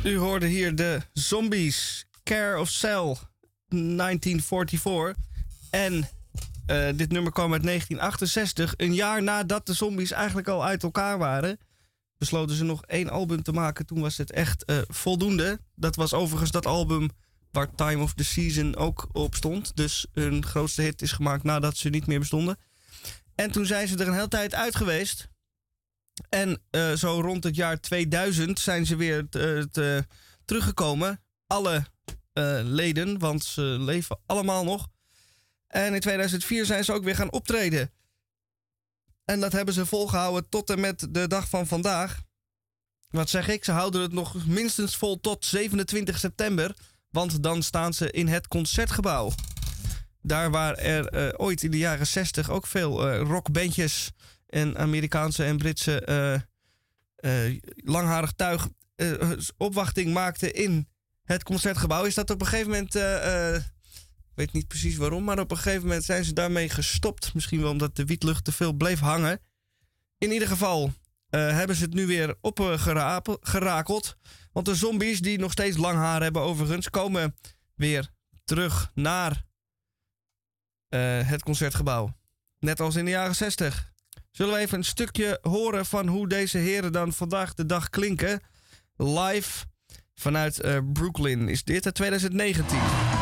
U hoorde hier de Zombies, Care of Cell, 1944. En dit nummer kwam uit 1968. Een jaar nadat de Zombies eigenlijk al uit elkaar waren, besloten ze nog 1 album te maken. Toen was het echt voldoende. Dat was overigens dat album waar Time of the Season ook op stond. Dus hun grootste hit is gemaakt nadat ze niet meer bestonden. En toen zijn ze er een hele tijd uit geweest. En zo rond het jaar 2000 zijn ze weer teruggekomen. Alle leden, want ze leven allemaal nog. En in 2004 zijn ze ook weer gaan optreden. En dat hebben ze volgehouden tot en met de dag van vandaag. Wat zeg ik? Ze houden het nog minstens vol tot 27 september. Want dan staan ze in het Concertgebouw. Daar waar er ooit in de jaren 60 ook veel rockbandjes en Amerikaanse en Britse langharig tuig opwachting maakten in het Concertgebouw. Is dat op een gegeven moment, ik weet niet precies waarom, maar op een gegeven moment zijn ze daarmee gestopt. Misschien wel omdat de wietlucht te veel bleef hangen. In ieder geval hebben ze het nu weer opgerakeld. Want de Zombies, die nog steeds lang haar hebben overigens, komen weer terug naar het Concertgebouw. Net als in de jaren 60. Zullen we even een stukje horen van hoe deze heren dan vandaag de dag klinken? Live vanuit Brooklyn is dit uit 2019.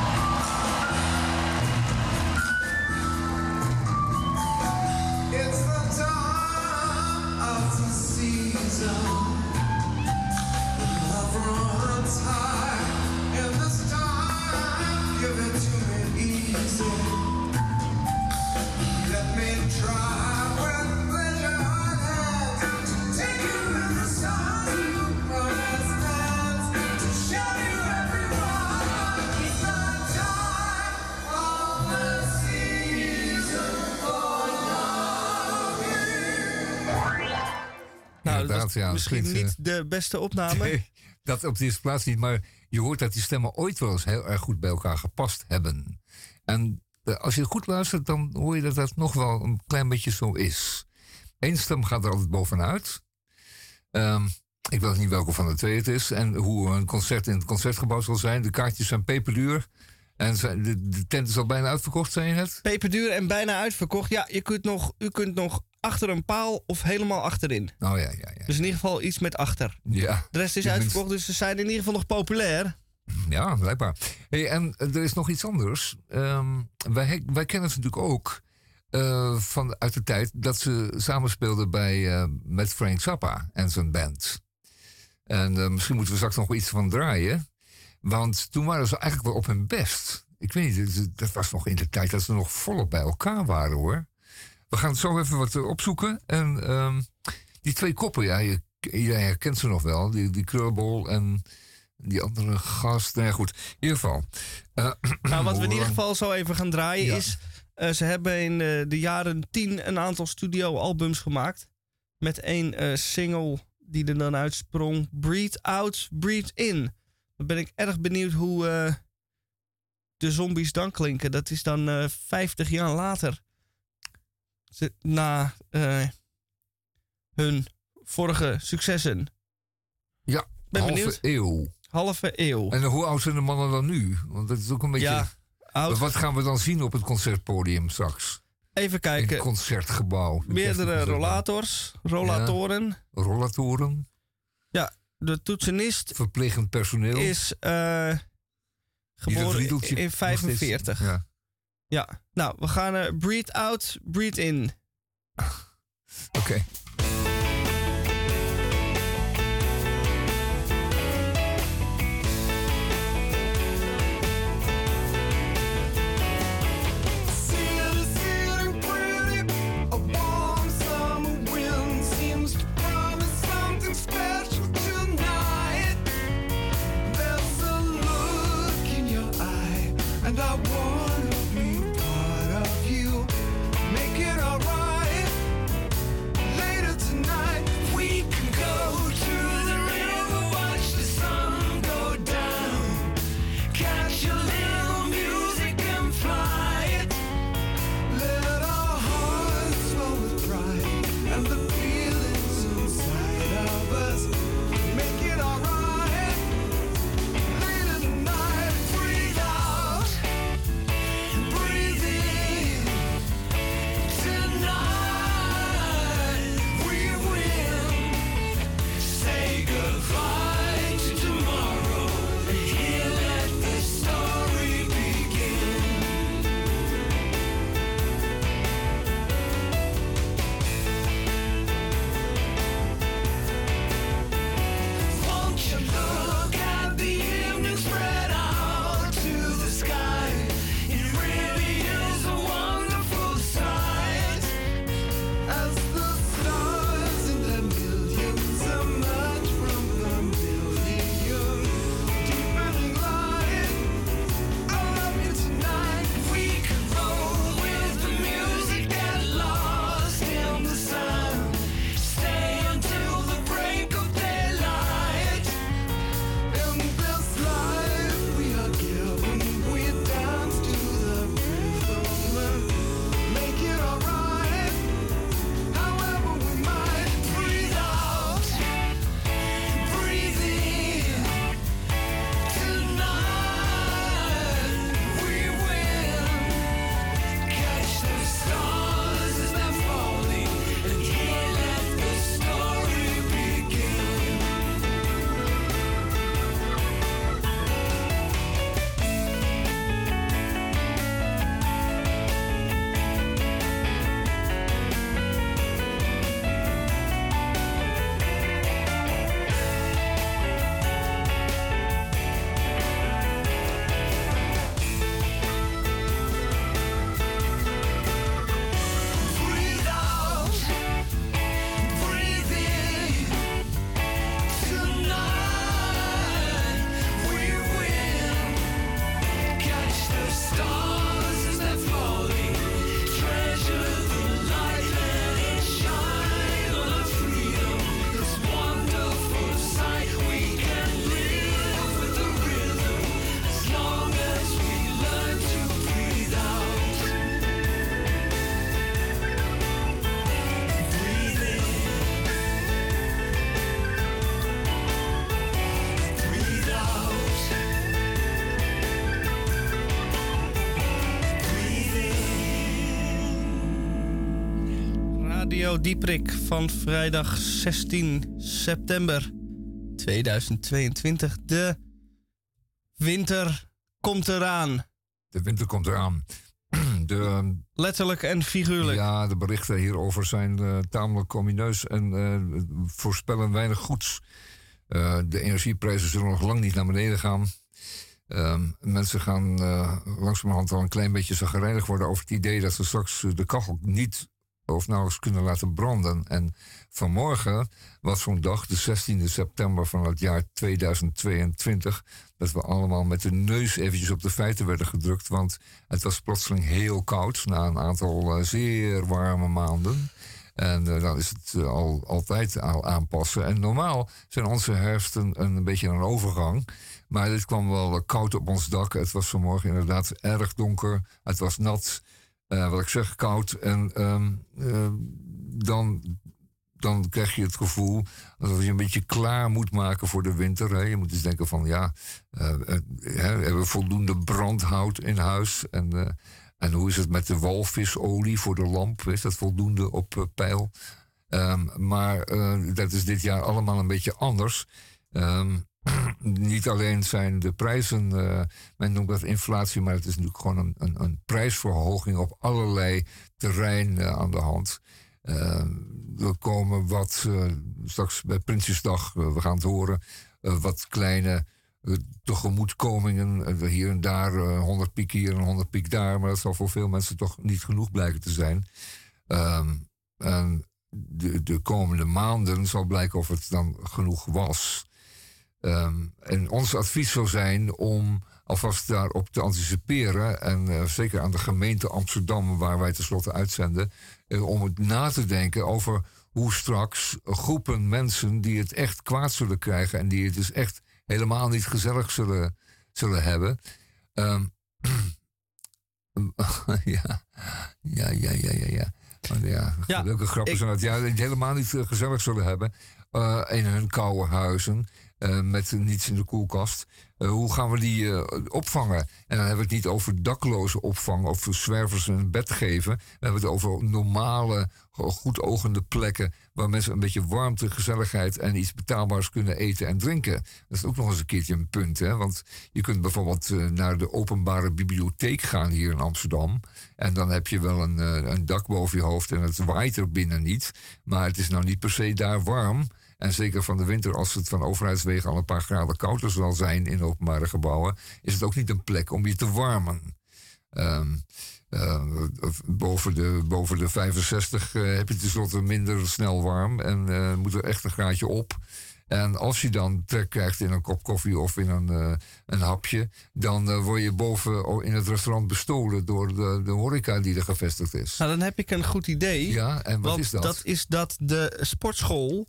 Ja, misschien niet de beste opname. Nee, dat op de eerste plaats niet. Maar je hoort dat die stemmen ooit wel eens heel erg goed bij elkaar gepast hebben. En als je goed luistert, dan hoor je dat dat nog wel een klein beetje zo is. Eén stem gaat er altijd bovenuit. Ik weet niet welke van de twee het is. En hoe een concert in het Concertgebouw zal zijn. De kaartjes zijn peperduur. En de tent is al bijna uitverkocht, zei je net? Peperduur en bijna uitverkocht. Ja, u kunt nog achter een paal of helemaal achterin. Oh ja. Dus in ieder geval iets met achter. Ja. De rest is uitverkocht, dus ze zijn in ieder geval nog populair. Ja, blijkbaar. Hey, en er is nog iets anders. Wij kennen ze natuurlijk ook uit de tijd dat ze samenspeelden met Frank Zappa en zijn band. En misschien moeten we straks nog iets van draaien. Want toen waren ze eigenlijk wel op hun best. Ik weet niet, dat was nog in de tijd dat ze nog volop bij elkaar waren, hoor. We gaan zo even wat opzoeken. En die twee koppen, jij herkent ze nog wel. Die Krulbol en die andere gast. Nou ja, goed. In ieder geval. Wat we in ieder geval zo even gaan draaien is... ze hebben in de jaren 10 een aantal studioalbums gemaakt. Met 1 single die er dan uitsprong. Breathe Out, Breathe In. Dan ben ik erg benieuwd hoe de Zombies dan klinken. Dat is dan 50 jaar later. Na hun vorige successen. Ja, halve eeuw. En hoe oud zijn de mannen dan nu? Want dat is ook een beetje... Ja, oud. Wat gaan we dan zien op het concertpodium straks? Even kijken. In het Concertgebouw. Meerdere rollatoren. Ja. Rollatoren. Ja, de toetsenist... Verplegend personeel. Is geboren in 45. Ja. Ja, nou, we gaan breathe out, breathe in. Oké. And I wanna be part of you, make it alright. Late Radio Dieprik van vrijdag 16 september 2022. De winter komt eraan. De winter komt eraan. Letterlijk en figuurlijk. Ja, de berichten hierover zijn tamelijk omineus en voorspellen weinig goeds. De energieprijzen zullen nog lang niet naar beneden gaan. Mensen gaan langzamerhand al een klein beetje zagrijnig worden over het idee dat ze straks de kachel niet of nauwelijks kunnen laten branden. En vanmorgen was zo'n dag, de 16e september van het jaar 2022, dat we allemaal met de neus eventjes op de feiten werden gedrukt. Want het was plotseling heel koud na een aantal zeer warme maanden. En dan is het altijd al aanpassen. En normaal zijn onze herfsten een beetje een overgang. Maar dit kwam wel koud op ons dak. Het was vanmorgen inderdaad erg donker. Het was nat. Wat ik zeg, koud. En dan krijg je het gevoel alsof je een beetje klaar moet maken voor de winter. Hè. Je moet dus denken van hebben we voldoende brandhout in huis? En hoe is het met de walvisolie voor de lamp? Is dat voldoende op peil? Maar dat is dit jaar allemaal een beetje anders. Niet alleen zijn de prijzen, men noemt dat inflatie, maar het is natuurlijk gewoon een prijsverhoging op allerlei terrein aan de hand. Er komen straks bij Prinsjesdag, we gaan het horen, wat kleine tegemoetkomingen. Hier en daar 100 piek hier en 100 piek daar, maar dat zal voor veel mensen toch niet genoeg blijken te zijn. En de komende maanden zal blijken of het dan genoeg was. En ons advies zou zijn om alvast daarop te anticiperen. En zeker aan de gemeente Amsterdam, waar wij tenslotte uitzenden, om het na te denken over hoe straks groepen mensen die het echt kwaad zullen krijgen en die het dus echt helemaal niet gezellig zullen hebben. Leuke grappen zijn dat. Ja, die het helemaal niet gezellig zullen hebben in hun koude huizen. Met niets in de koelkast. Hoe gaan we die opvangen? En dan hebben we het niet over dakloze opvang of zwervers een bed geven. Dan hebben we het over normale, goedogende plekken waar mensen een beetje warmte, gezelligheid en iets betaalbaars kunnen eten en drinken. Dat is ook nog eens een keertje een punt. Hè? Want je kunt bijvoorbeeld naar de openbare bibliotheek gaan hier in Amsterdam. En dan heb je wel een dak boven je hoofd en het waait er binnen niet. Maar het is nou niet per se daar warm. En zeker van de winter, als het van overheidswegen al een paar graden kouder zal zijn in openbare gebouwen, is het ook niet een plek om je te warmen. Boven de 65 heb je tenslotte minder snel warm en moet er echt een graadje op. En als je dan trek krijgt in een kop koffie of in een hapje, dan word je boven in het restaurant bestolen door de horeca die er gevestigd is. Nou, dan heb ik een goed idee. Ja, en wat is dat? Dat is dat de sportschool,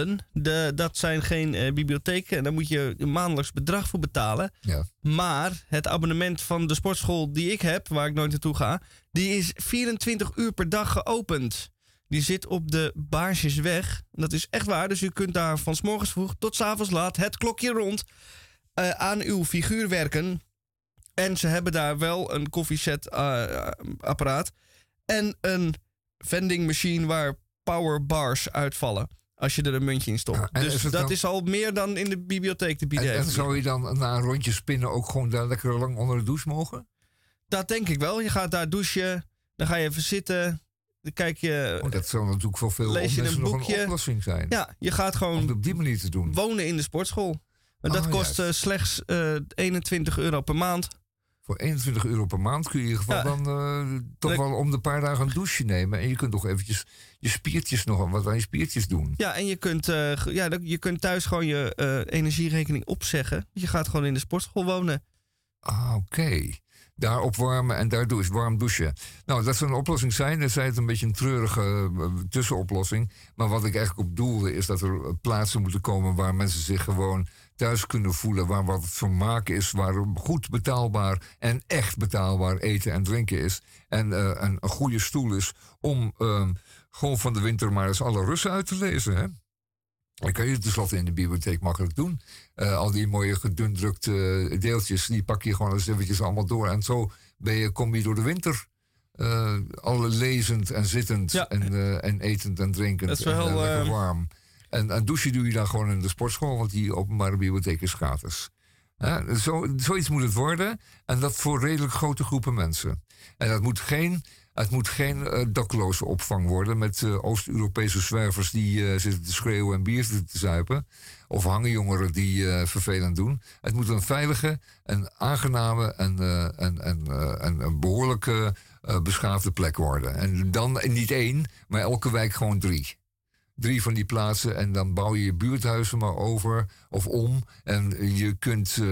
dat zijn geen bibliotheken en daar moet je een maandelijks bedrag voor betalen. Ja. Maar het abonnement van de sportschool die ik heb, waar ik nooit naartoe ga, die is 24 uur per dag geopend. Die zit op de Baarsjesweg. Dat is echt waar, dus u kunt daar van 's morgens vroeg tot 's avonds laat het klokje rond aan uw figuur werken. En ze hebben daar wel een koffieset apparaat en een vending machine waar power bars uitvallen. Als je er een muntje in stopt. Ja, dus dat is al meer dan in de bibliotheek te bieden. En zou je dan na een rondje spinnen ook gewoon daar lekker lang onder de douche mogen? Dat denk ik wel. Je gaat daar douchen. Dan ga je even zitten. Dan kijk je. Dat zou natuurlijk voor veel mensen nog een oplossing zijn. Ja, je gaat gewoon om het op die manier te doen. Wonen in de sportschool. En dat kost slechts €21 per maand. Voor €21 per maand kun je in ieder geval dan toch wel om de paar dagen een douche nemen. En je kunt toch eventjes je spiertjes nog wat aan je spiertjes doen. Ja, en je kunt thuis gewoon je energierekening opzeggen. Je gaat gewoon in de sportschool wonen. Oké. Daar opwarmen en daar warm douchen. Nou, dat zou een oplossing zijn. Dan zei het een beetje een treurige tussenoplossing. Maar wat ik eigenlijk op doelde is dat er plaatsen moeten komen waar mensen zich gewoon thuis kunnen voelen. Waar wat vermaak is, waar goed betaalbaar en echt betaalbaar eten en drinken is. En een goede stoel is om gewoon van de winter maar eens alle Russen uit te lezen, hè? Dan kan je het tenslotte in de bibliotheek makkelijk doen. Al die mooie gedundrukte deeltjes, die pak je gewoon eens eventjes allemaal door. En zo kom je door de winter. alle lezend en zittend en etend en drinkend. Dat is wel en lekker warm. En douchen doe je dan gewoon in de sportschool, want die openbare bibliotheek is gratis. Zoiets moet het worden. En dat voor redelijk grote groepen mensen. En het moet geen dakloze opvang worden met Oost-Europese zwervers die zitten te schreeuwen en bier te zuipen. Of hangenjongeren die vervelend doen. Het moet een veilige en aangename en een behoorlijke beschaafde plek worden. En dan niet 1, maar elke wijk gewoon 3. 3 van die plaatsen en dan bouw je buurthuizen maar over of om. En je kunt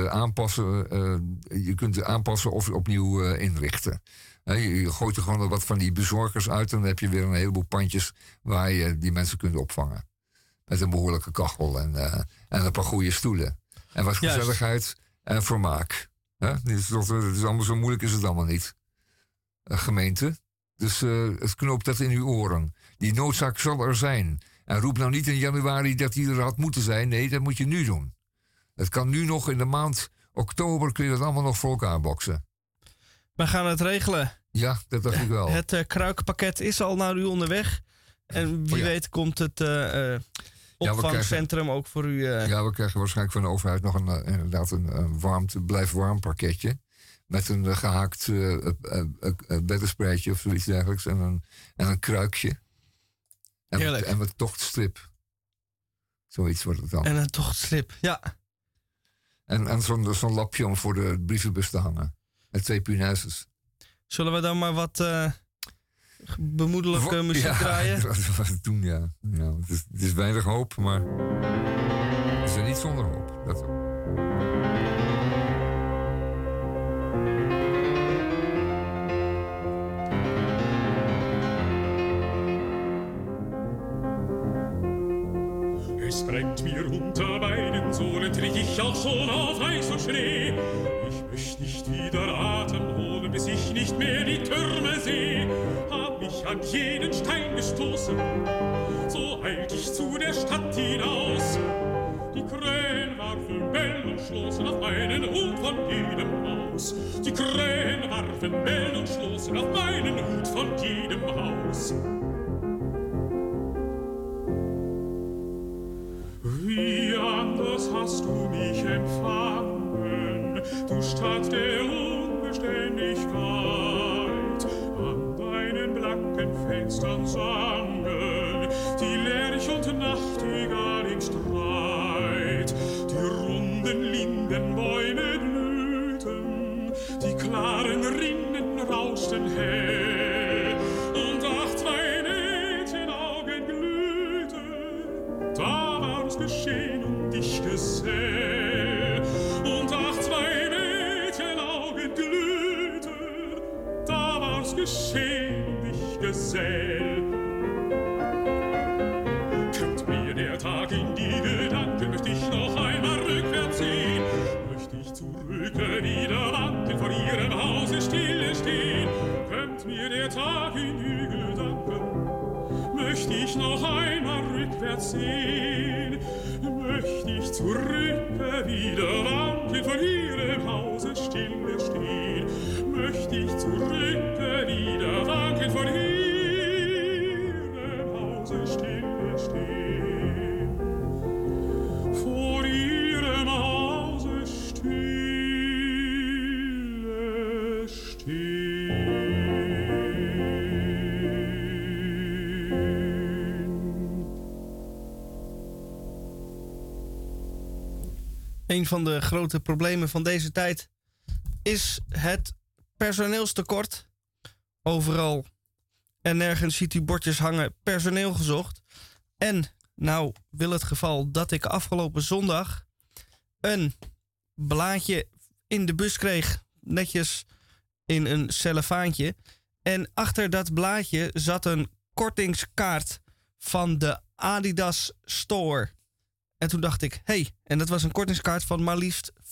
aanpassen of opnieuw inrichten. Je gooit er gewoon wat van die bezorgers uit en dan heb je weer een heleboel pandjes waar je die mensen kunt opvangen. Met een behoorlijke kachel en een paar goede stoelen. En wat gezelligheid en vermaak. Het is allemaal zo moeilijk is het allemaal niet. Gemeente. Dus het knoopt dat in uw oren. Die noodzaak zal er zijn. En roep nou niet in januari dat die er had moeten zijn. Nee, dat moet je nu doen. Het kan nu nog in de maand oktober kun je dat allemaal nog voor elkaar boksen. We gaan het regelen. Ja, dat dacht ik wel. Het kruikenpakket is al naar u onderweg. En wie weet komt het opvangcentrum ook voor u. Ja, we krijgen waarschijnlijk van de overheid nog een blijf warm pakketje. Met een gehaakt beddenspreidje of zoiets dergelijks. En een kruikje. En wat tochtstrip. Zoiets wordt het dan. En een tochtstrip, ja. En zo'n lapje om voor de brievenbus te hangen. Met 2 punaises. Zullen we dan maar wat bemoedelijke muziek draaien? Wat doen, ja. Het is weinig hoop, maar we zijn niet zonder hoop. Dat ook. Es brennt mir unter meinen Sohlen, tritt ich auch schon auf heißer Schnee. Ich möcht nicht wieder Atem holen, bis ich nicht mehr die Türme seh. Hab mich an jeden Stein gestoßen, so eilt ich zu der Stadt hinaus. Die Krähen warfen Bell und schlossen auf meinen Hut von jedem Haus. Die Krähen warfen Bell und schlossen auf meinen Hut von jedem Haus. Wie anders hast du mich empfangen, du Stadt der Unbeständigkeit. An deinen blanken Fenstern sangen die Lerch und Nachtigall in Streit. Die runden Lindenbäume blühten, die klaren Rinnen rauschten hell. Und ach, 2 Mädchenaugen glühten, da war's geschehen um dich Gesell. Und ach, 2 Mädchenaugen glühten, da war's geschehen um dich Gesell. Kommt mir der Tag in die Gedanken, möcht ich noch einmal rückwärts sehen, möcht ich zurück wieder wandeln, vor ihrem Hause stille stehen. Kommt mir der Tag in die Gedanken, möcht ich noch einmal rückwärts sehen, möcht ich zurück wieder wandeln, vor ihrem Hause stille stehen, möcht ich zurück wieder wandeln, vor ihrem Hause stille stehen, vor ihrem Hause stille stehen. Een van de grote problemen van deze tijd is het personeelstekort. Overal en nergens ziet u bordjes hangen, personeel gezocht. En nou wil het geval dat ik afgelopen zondag een blaadje in de bus kreeg. Netjes in een cellofaantje. En achter dat blaadje zat een kortingskaart van de Adidas Store. En toen dacht ik, en dat was een kortingskaart van maar liefst 35%.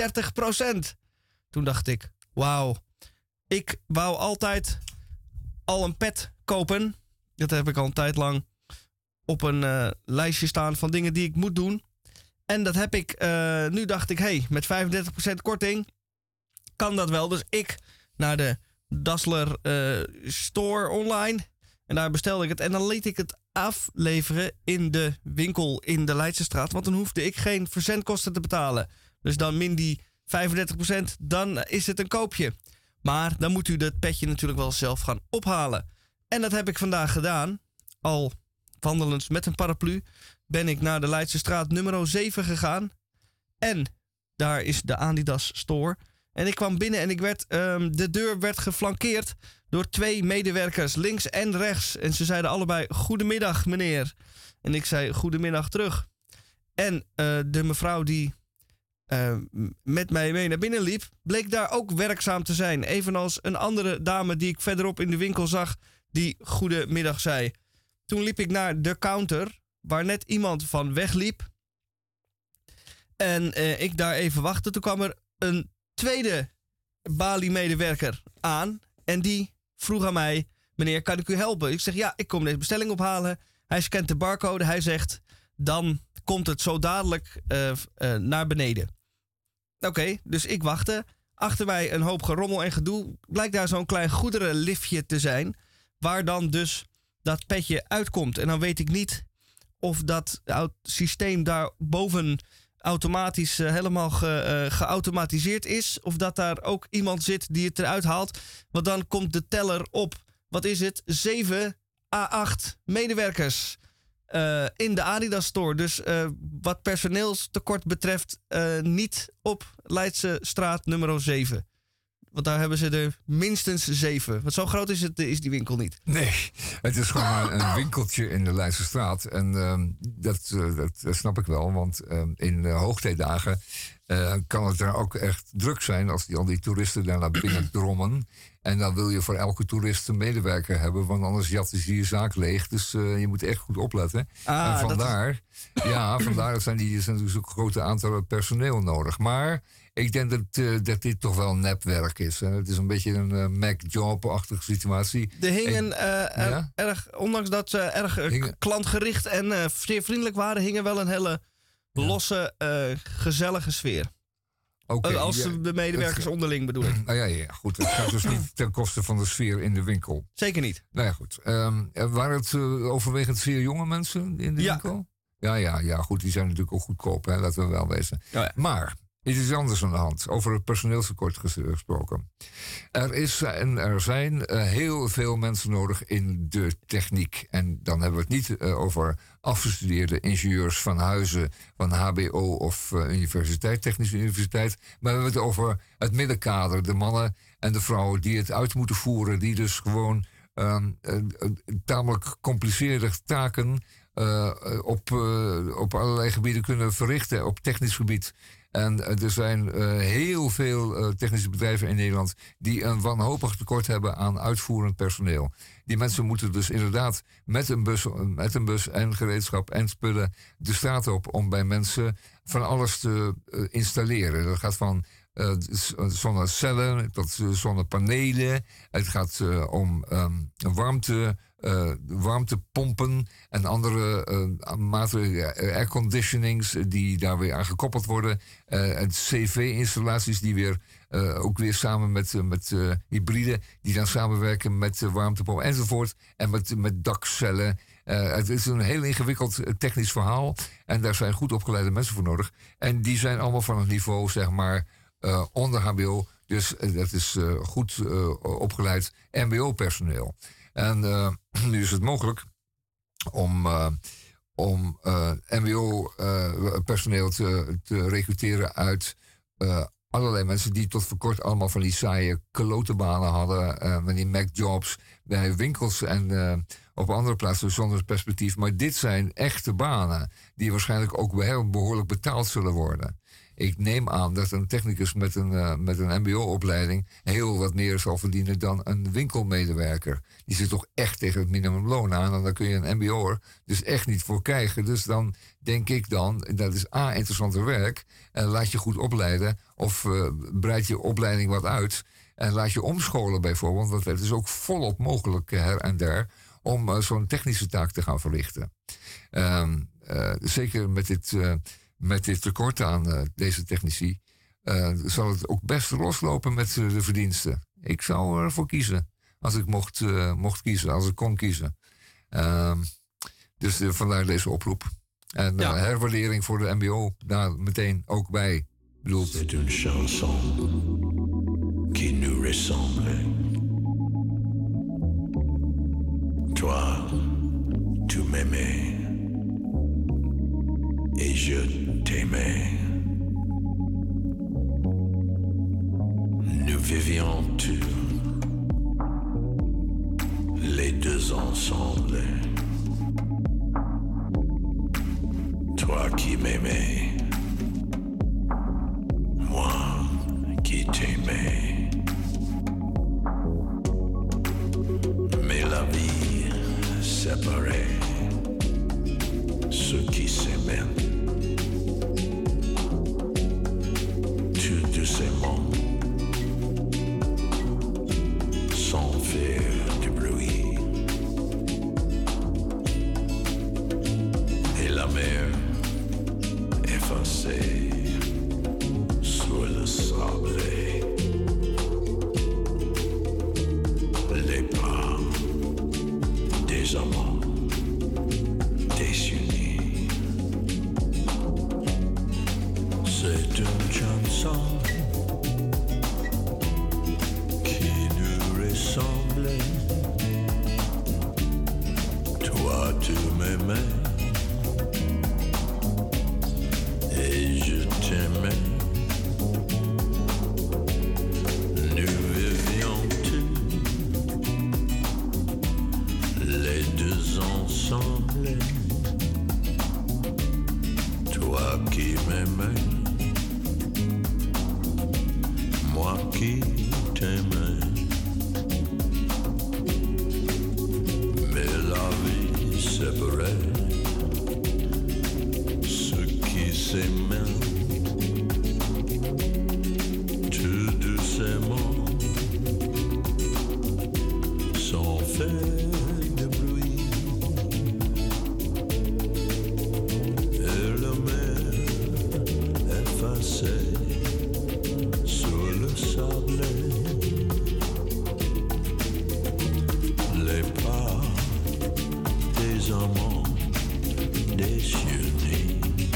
Toen dacht ik, wauw. Ik wou altijd al een pet kopen. Dat heb ik al een tijd lang op een lijstje staan van dingen die ik moet doen. En dat heb ik, nu dacht ik, met 35% korting kan dat wel. Dus ik naar de Dassler Store online. En daar bestelde ik het. En dan liet ik het afleveren in de winkel in de Leidsestraat. Want dan hoefde ik geen verzendkosten te betalen. Dus dan min die 35%, dan is het een koopje. Maar dan moet u dat petje natuurlijk wel zelf gaan ophalen. En dat heb ik vandaag gedaan. Al wandelend met een paraplu ben ik naar de Leidsestraat nummer 7 gegaan. En daar is de Adidas Store. En ik kwam binnen en de deur werd geflankeerd door 2 medewerkers, links en rechts. En ze zeiden allebei, goedemiddag meneer. En ik zei, goedemiddag terug. En de mevrouw die met mij mee naar binnen liep, bleek daar ook werkzaam te zijn. Evenals een andere dame die ik verderop in de winkel zag, die goedemiddag zei. Toen liep ik naar de counter, waar net iemand van wegliep. En ik daar even wachtte. Toen kwam er een tweede Bali-medewerker aan. En die vroeg aan mij, meneer, kan ik u helpen? Ik zeg, ja, ik kom deze bestelling ophalen. Hij scant de barcode. Hij zegt, dan komt het zo dadelijk naar beneden. Oké, dus ik wachtte. Achter mij een hoop gerommel en gedoe. Blijkt daar zo'n klein goederenliftje te zijn, waar dan dus dat petje uitkomt. En dan weet ik niet of dat systeem daarboven automatisch helemaal geautomatiseerd is. Of dat daar ook iemand zit die het eruit haalt. Want dan komt de teller op, wat is het? 7 à 8 medewerkers in de Adidas Store. Dus wat personeelstekort betreft niet op Leidsestraat nummer 7. Want daar hebben ze er minstens 7. Want zo groot is die winkel niet. Nee, het is gewoon een winkeltje in de Leidsestraat. En dat snap ik wel. Want in hoogtijdagen kan het daar ook echt druk zijn als al die toeristen daar naar binnen drommen. En dan wil je voor elke toerist een medewerker hebben, want anders jatten ze je zaak leeg. Dus je moet echt goed opletten. En vandaar, vandaar zijn dus ook grote aantallen personeel nodig. Maar ik denk dat dit toch wel nepwerk is. Het is een beetje een Mac-job-achtige situatie. Er hingen erg, ondanks dat ze erg klantgericht en zeer vriendelijk waren, hingen wel een hele losse, gezellige sfeer. Als de medewerkers onderling bedoel ik. Ja, goed. Het gaat dus niet ten koste van de sfeer in de winkel. Zeker niet. Nou ja, goed. Waren het overwegend zeer jonge mensen in de winkel? Ja, goed. Die zijn natuurlijk ook goedkoop, hè, laten we wel wezen. Ja. Maar er is iets anders aan de hand. Over het personeelstekort gesproken. Er zijn heel veel mensen nodig in de techniek. En dan hebben we het niet over afgestudeerde ingenieurs van Huizen, van HBO of Technische Universiteit. Maar we hebben het over het middenkader. De mannen en de vrouwen die het uit moeten voeren. Die dus gewoon tamelijk gecompliceerde taken op allerlei gebieden kunnen verrichten. Op technisch gebied. En er zijn heel veel technische bedrijven in Nederland die een wanhopig tekort hebben aan uitvoerend personeel. Die mensen moeten dus inderdaad met een bus en gereedschap en spullen de straat op om bij mensen van alles te installeren. Dat gaat van zonnecellen tot zonnepanelen. Het gaat om warmtepompen en andere maatregelen, airconditionings die daar weer aan gekoppeld worden. En CV-installaties die weer ook weer samen met hybride, die dan samenwerken met warmtepompen enzovoort. En met dakcellen. Het is een heel ingewikkeld technisch verhaal. En daar zijn goed opgeleide mensen voor nodig. En die zijn allemaal van het niveau, zeg maar, onder HBO. Dus dat is goed opgeleid MBO-personeel. En nu is het mogelijk om MBO-personeel te recruteren uit allerlei mensen die tot voor kort allemaal van die saaie klotenbanen hadden. Met die Mac-jobs bij winkels en op andere plaatsen zonder perspectief. Maar dit zijn echte banen die waarschijnlijk ook behoorlijk betaald zullen worden. Ik neem aan dat een technicus met een mbo-opleiding heel wat meer zal verdienen dan een winkelmedewerker. Die zit toch echt tegen het minimumloon aan en daar kun je een mbo'er dus echt niet voor krijgen. Dus dan denk ik dat is interessanter werk en laat je goed opleiden of breid je opleiding wat uit en laat je omscholen bijvoorbeeld, want het is ook volop mogelijk her en der om zo'n technische taak te gaan verrichten. Zeker met dit tekort aan deze technici zal het ook best loslopen met de verdiensten. Ik zou ervoor kiezen. Als ik mocht kiezen, als ik kon kiezen. Dus vandaar deze oproep. En herwaardering voor de MBO daar meteen ook bij. C'est une chanson qui nous ressemble. Toi, tu m'aimais et je t'aimais. Nous vivions tous les deux ensemble. Toi qui m'aimais, moi qui t'aimais. Mais la vie séparait ceux qui s'aimaient. Tout doucement, sans faire du bruit. Et la mer effacée sur le sable. Les pas des amants désunis. C'est une chanson qui nous ressemble. Toi tu m'aimais et je t'aimais. Nous vivions tous les deux ensemble. Toi qui m'aimais, moi qui t'aimais. Mais la vie séparait ceux qui s'aimaient. Tout doucement, sans faire de bruit. Et la mer effacée sur le sable. Les pas des amants désunis.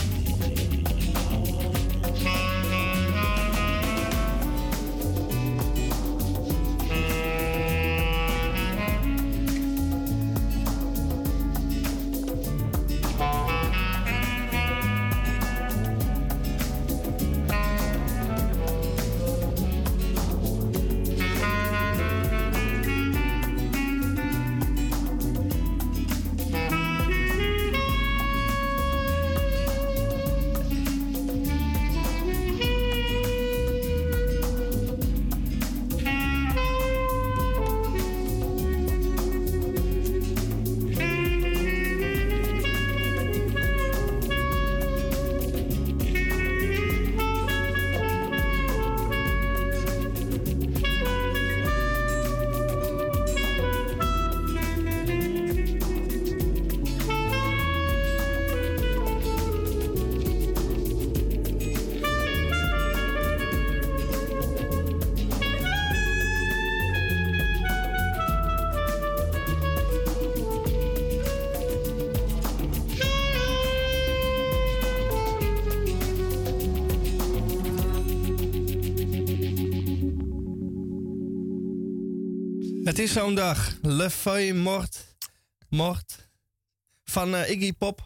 Het is zo'n dag. Le Feuille Morte van Iggy Pop.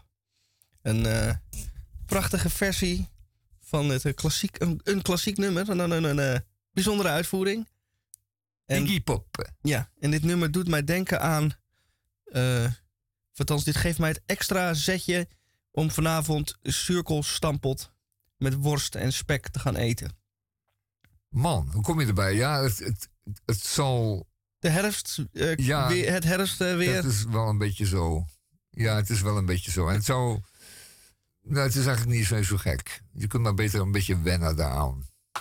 Een prachtige versie van het een klassiek nummer. En dan een bijzondere uitvoering. En, Iggy Pop. Ja, en dit nummer doet mij denken aan... althans, dit geeft mij het extra zetje om vanavond zuurkoolstampot met worst en spek te gaan eten. Man, hoe kom je erbij? Ja, het zal... De herfst, het herfstweer. Het is wel een beetje zo. Ja, het is wel een beetje zo. En het zou... Nou, het is eigenlijk niet zo gek. Je kunt maar beter een beetje wennen daaraan.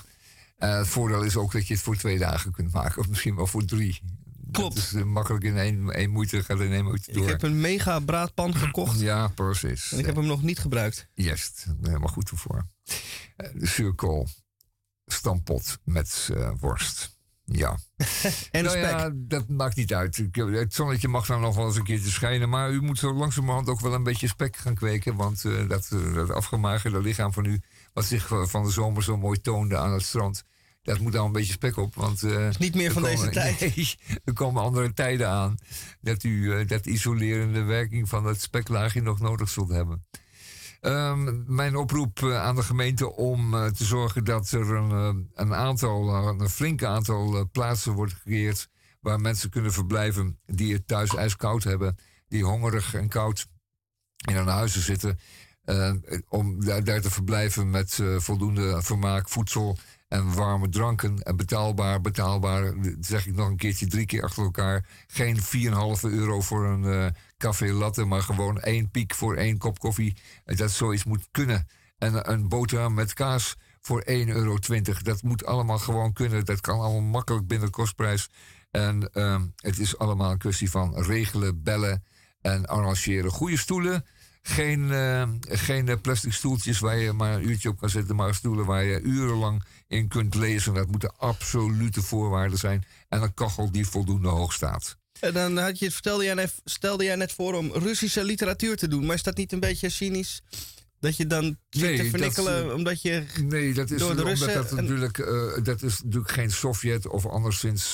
Het voordeel is ook dat je het voor 2 dagen kunt maken. Of misschien wel voor 3. Klopt. Het is makkelijk in één moeite, gaat in één moeite door. Ik heb een mega braadpan gekocht. Ja, precies. En ik heb hem nog niet gebruikt. Juist, helemaal goed ervoor. De zuurkool stampot met worst. Ja. En nou spek. ja, dat maakt niet uit. Het zonnetje mag dan nog wel eens een keertje schijnen. Maar u moet zo langzamerhand ook wel een beetje spek gaan kweken. Want dat afgemagerde lichaam van u, wat zich van de zomer zo mooi toonde aan het strand, dat moet nou een beetje spek op. Want niet meer van deze tijd. Nee, er komen andere tijden aan. Dat u dat isolerende werking van het speklaagje nog nodig zult hebben. Mijn oproep aan de gemeente om te zorgen dat er een flink aantal plaatsen wordt gecreëerd waar mensen kunnen verblijven die het thuis ijskoud hebben, die hongerig en koud in hun huizen zitten, om daar te verblijven met voldoende vermaak, voedsel en warme dranken. En betaalbaar, zeg ik nog een keertje 3 keer achter elkaar. Geen €4,5 voor een café latte, maar gewoon 1 piek voor 1 kop koffie. Dat zoiets moet kunnen. En een boterham met kaas voor €1,20. Dat moet allemaal gewoon kunnen. Dat kan allemaal makkelijk binnen de kostprijs. En het is allemaal een kwestie van regelen, bellen en arrangeren. Goede stoelen. Geen plastic stoeltjes waar je maar een uurtje op kan zitten, maar stoelen waar je urenlang in kunt lezen. Dat moeten absolute voorwaarden zijn. En een kachel die voldoende hoog staat. En dan stelde jij net voor om Russische literatuur te doen. Maar is dat niet een beetje cynisch? Dat je dan zit te vernikkelen omdat je nee, dat is door de Russen... dat is natuurlijk geen Sovjet of anderszins,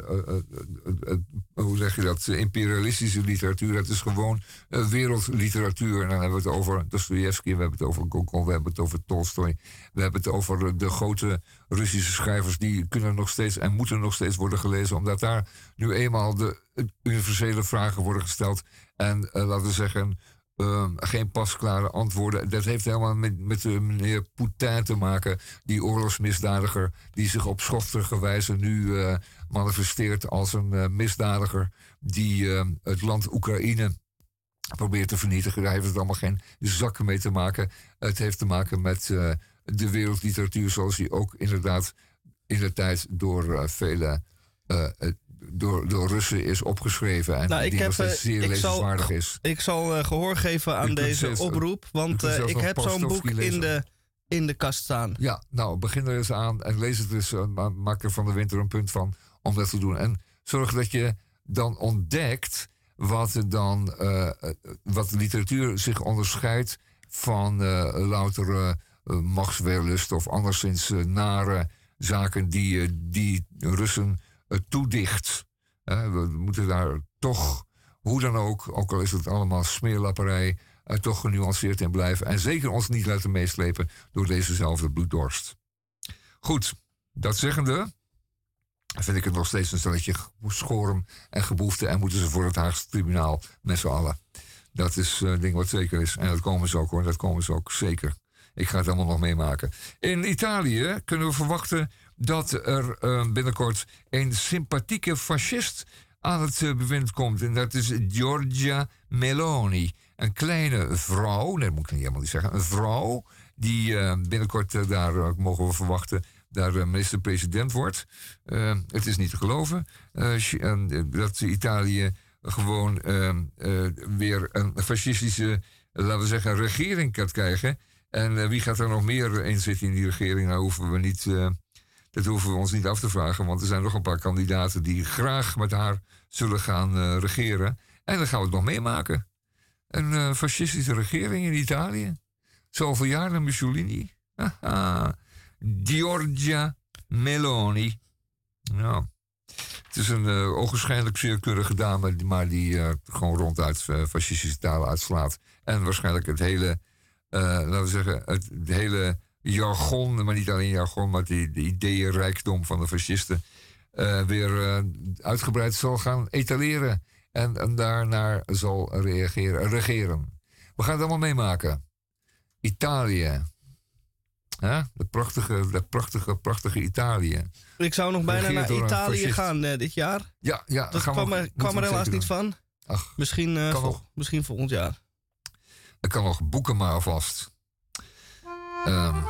hoe zeg je dat, imperialistische literatuur. Dat is gewoon wereldliteratuur. En dan hebben we het over Dostojevski, we hebben het over Gogol, we hebben het over Tolstoj. We hebben het over de grote Russische schrijvers. Die kunnen nog steeds en moeten nog steeds worden gelezen. Omdat daar nu eenmaal de universele vragen worden gesteld. En laten we zeggen, geen pasklare antwoorden. Dat heeft helemaal met meneer Poetin te maken. Die oorlogsmisdadiger die zich op schoftige wijze nu manifesteert als een misdadiger die het land Oekraïne probeert te vernietigen. Daar heeft het allemaal geen zakken mee te maken. Het heeft te maken met de wereldliteratuur zoals die ook inderdaad in de tijd door vele door Russen is opgeschreven en die nog steeds zeer lezenswaardig is. Ik zal gehoor geven aan deze oproep, want ik heb zo'n boek in de kast staan. Ja, nou, begin er eens aan en lees het eens. Maak er van de winter een punt van om dat te doen. En zorg dat je dan ontdekt wat de literatuur zich onderscheidt van louter machtswellust of anderszins nare zaken die Russen toedicht. We moeten daar toch, hoe dan ook al is het allemaal smeerlapperij, toch genuanceerd in blijven. En zeker ons niet laten meeslepen door dezezelfde bloeddorst. Goed, dat zeggende vind ik het nog steeds een stelletje schorm en geboefte en moeten ze voor het Haagse tribunaal met z'n allen. Dat is een ding wat zeker is. En dat komen ze ook hoor, dat komen ze ook zeker. Ik ga het allemaal nog meemaken. In Italië kunnen we verwachten dat er binnenkort een sympathieke fascist aan het bewind komt. En dat is Giorgia Meloni. Een kleine vrouw, dat moet ik helemaal niet zeggen, een vrouw die binnenkort, daar mogen we verwachten, daar minister-president wordt. Het is niet te geloven dat Italië gewoon weer een fascistische, laten we zeggen, regering kan krijgen. En wie gaat er nog meer in zitten in die regering? Nou hoeven we niet, dat hoeven we ons niet af te vragen. Want er zijn nog een paar kandidaten die graag met haar zullen gaan regeren. En dan gaan we het nog meemaken. Een fascistische regering in Italië. Zoveel jaar naar Mussolini. Giorgia Meloni. Nou, het is een ogenschijnlijk zeer keurige dame, maar die gewoon ronduit fascistische talen uitslaat. En waarschijnlijk het hele, laten we zeggen, het hele jargon, maar niet alleen jargon, maar de ideeënrijkdom van de fascisten weer uitgebreid zal gaan etaleren. En daarnaar zal regeren. We gaan het allemaal meemaken. Italië. Dat prachtige Italië. Ik zou nog bijna naar Italië gaan dit jaar. Ja, dat kwam er helaas niet van. Ach, misschien volgend jaar. Ik kan nog boeken maar alvast. Ja.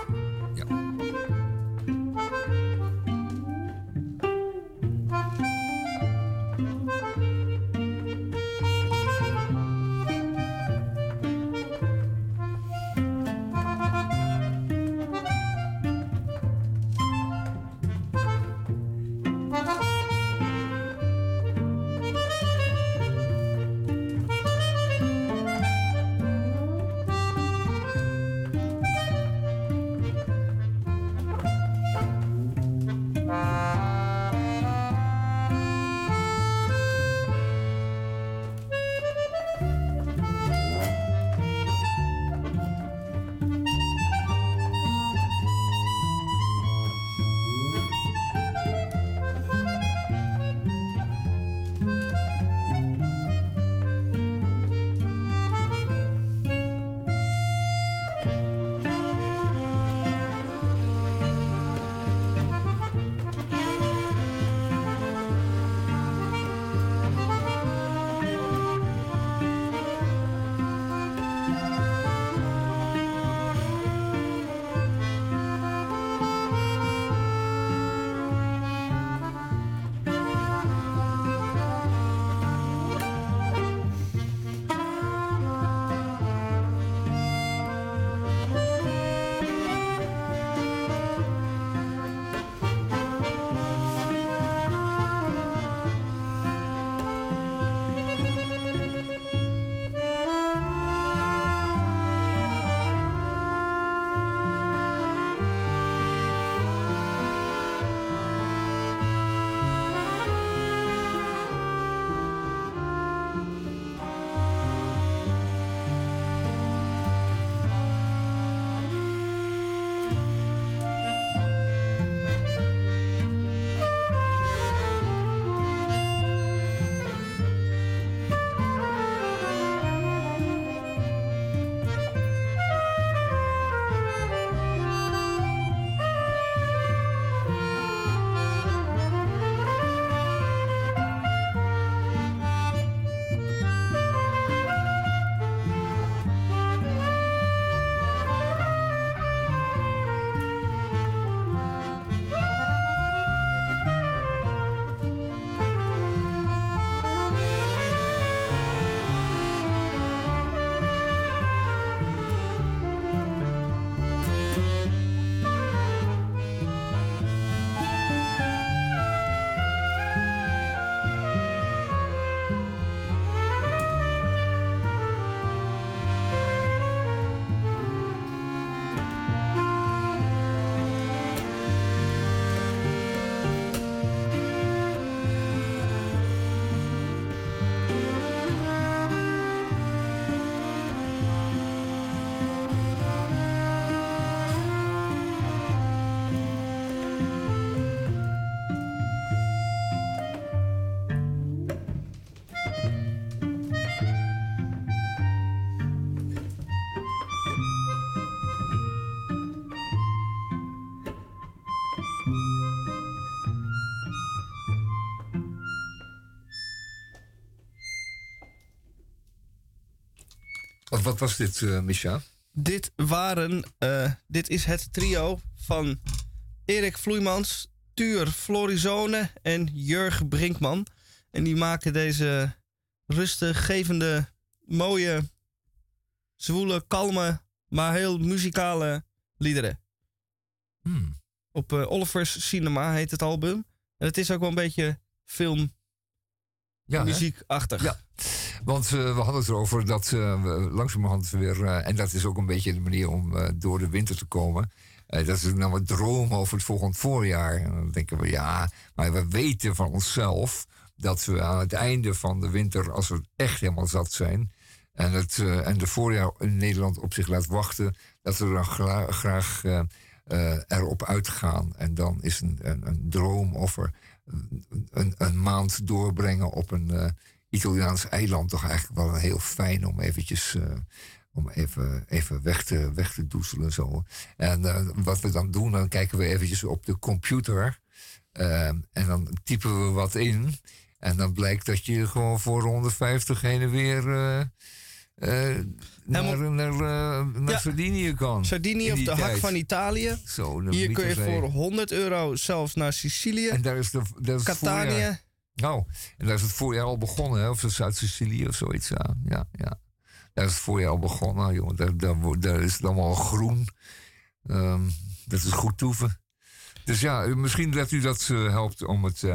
Wat was dit, Misha? Dit is het trio van Erik Vloeimans, Tuur Florizone en Jurg Brinkman. En die maken deze rustgevende, mooie, zwoele, kalme, maar heel muzikale liederen. Op Oliver's Cinema heet het album. En het is ook wel een beetje filmmuziekachtig. Ja, want we hadden het erover dat we langzamerhand weer... en dat is ook een beetje de manier om door de winter te komen. Dat is nou wat droom over het volgend voorjaar. En dan denken we, ja, maar we weten van onszelf... dat we aan het einde van de winter, als we echt helemaal zat zijn... en de voorjaar in Nederland op zich laat wachten... dat we dan graag erop uitgaan. En dan is een droom over een maand doorbrengen op een Italiaans eiland... toch eigenlijk wel heel fijn om eventjes... om even weg te doezelen zo. En wat we dan doen, dan kijken we eventjes op de computer... en dan typen we wat in... En dan blijkt dat je gewoon voor 150 heen en weer naar Sardinië kan. Sardinië of de hak van Italië. Zo, hier kun je voor €100 zelfs naar Sicilië. En daar is Catania. Nou, en daar is het voorjaar al begonnen, hè? Of Zuid-Sicilië of zoiets. Ja. Daar is het voorjaar al begonnen, jongen. Daar is het allemaal groen. Dat is goed toeven. Dus ja, misschien dat u dat helpt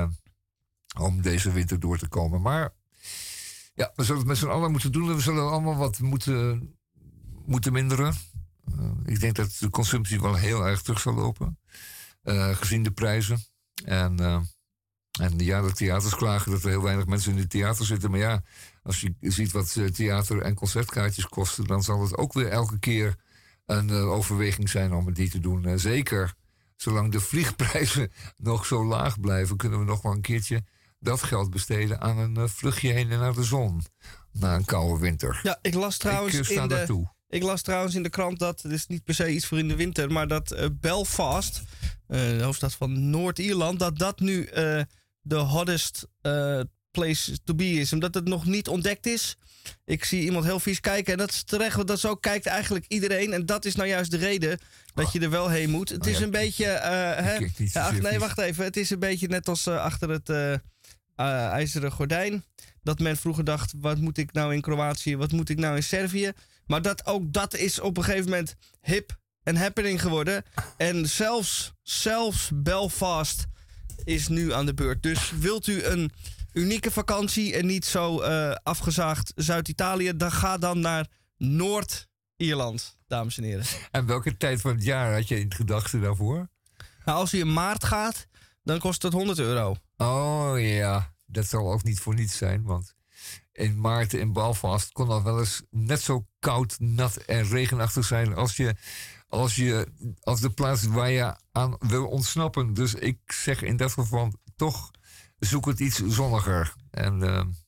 om deze winter door te komen. Maar ja, we zullen het met z'n allen moeten doen. We zullen allemaal wat moeten minderen. Ik denk dat de consumptie wel heel erg terug zal lopen. Gezien de prijzen. En ja, de theaters klagen dat er heel weinig mensen in het theater zitten. Maar ja, als je ziet wat theater- en concertkaartjes kosten... dan zal het ook weer elke keer een overweging zijn om het niet te doen. Zeker zolang de vliegprijzen nog zo laag blijven... kunnen we nog wel een keertje dat geld besteden aan een vluchtje heen en naar de zon. Na een koude winter. Ja, ik las trouwens in de krant dat, het is niet per se iets voor in de winter... maar dat Belfast, de hoofdstad van Noord-Ierland... dat nu de hottest place to be is. Omdat het nog niet ontdekt is. Ik zie iemand heel vies kijken en dat is terecht, want dat zo kijkt eigenlijk iedereen. En dat is nou juist de reden dat je er wel heen moet. Het is een beetje... wacht even. Het is een beetje net als achter het ijzeren gordijn. Dat men vroeger dacht, wat moet ik nou in Kroatië, wat moet ik nou in Servië? Maar dat is op een gegeven moment hip en happening geworden. En zelfs Belfast is nu aan de beurt. Dus wilt u een unieke vakantie en niet zo afgezaagd Zuid-Italië, dan ga dan naar Noord-Ierland, dames en heren. En welke tijd van het jaar had je in gedachten daarvoor? Nou, als u in maart gaat, dan kost het €100. Oh ja, dat zal ook niet voor niets zijn, want in maart in Belfast kon al wel eens net zo koud, nat en regenachtig zijn als de plaats waar je aan wil ontsnappen. Dus ik zeg in dat geval toch, zoek het iets zonniger. En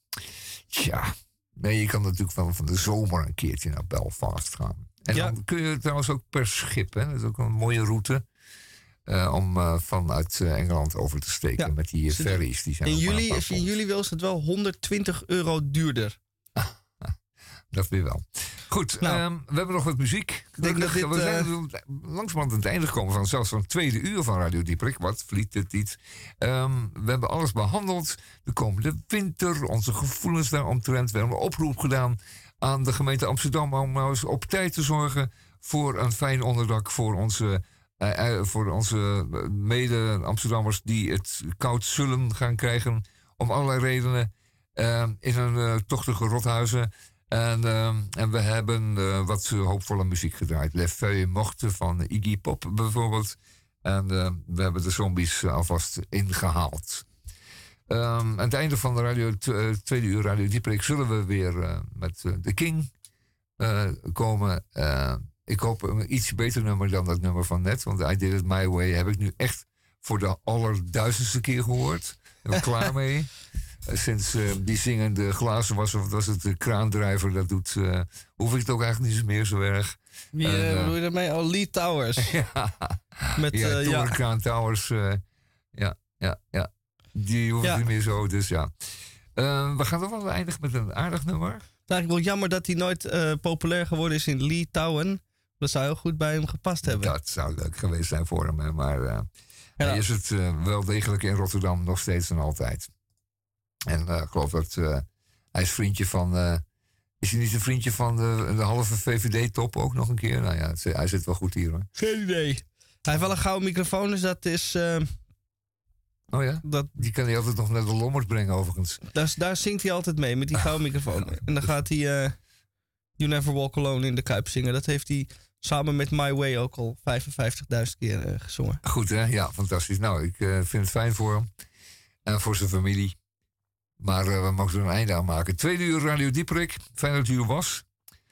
je kan natuurlijk wel van de zomer een keertje naar Belfast gaan. En dan kun je trouwens ook per schip, hè? Dat is ook een mooie route. Om vanuit Engeland over te steken met die ferries. Die zijn in juli wil het wel €120 duurder. Dat weer wel. Goed, we hebben nog wat muziek. We zijn langzamerhand aan het einde gekomen van zelfs van het tweede uur van Radio Dieprik. Wat vliegt het iets. We hebben alles behandeld. De komende winter, onze gevoelens daaromtrent. We hebben een oproep gedaan aan de gemeente Amsterdam om nou eens op tijd te zorgen voor een fijn onderdak voor onze mede-Amsterdammers die het koud zullen gaan krijgen om allerlei redenen in hun tochtige rothuizen. En we hebben wat hoopvolle muziek gedraaid. Les Feuilles Mortes van Iggy Pop bijvoorbeeld. En we hebben de zombies alvast ingehaald. Aan het einde van de tweede uur Radio Dieprik zullen we weer met The King komen. Ik hoop een iets beter nummer dan dat nummer van net. Want I Did It My Way heb ik nu echt voor de allerduizendste keer gehoord. Ik ben klaar mee. Sinds die zingende glazen was het de kraandrijver dat doet, hoef ik het ook eigenlijk niet meer zo erg. Wie bedoel je daarmee? Oh, Lee Towers. Met Torenkraan Towers. Ja. Die hoef ik niet meer zo, dus ja. We gaan toch wel eindigen met een aardig nummer. Het is eigenlijk wel jammer dat hij nooit populair geworden is in Litouwen. Dat zou heel goed bij hem gepast hebben. Dat zou leuk geweest zijn voor hem. Hè, maar hij is het wel degelijk in Rotterdam nog steeds en altijd. En ik geloof dat hij is vriendje van... is hij niet een vriendje van de halve VVD-top ook nog een keer? Nou ja, hij zit wel goed hier hoor. Geen idee. Hij heeft wel een gouden microfoon, dus dat is... oh ja? Die kan hij altijd nog naar de Lommers brengen overigens. Daar zingt hij altijd mee met die gouden microfoon. En dan gaat hij You Never Walk Alone in de Kuip zingen. Dat heeft hij samen met My Way ook al 55.000 keer gezongen. Goed hè? Ja, fantastisch. Nou, ik vind het fijn voor hem. En voor zijn familie. Maar we mogen er een einde aan maken. 2 uur Radio Dieperik. Fijn dat u er was.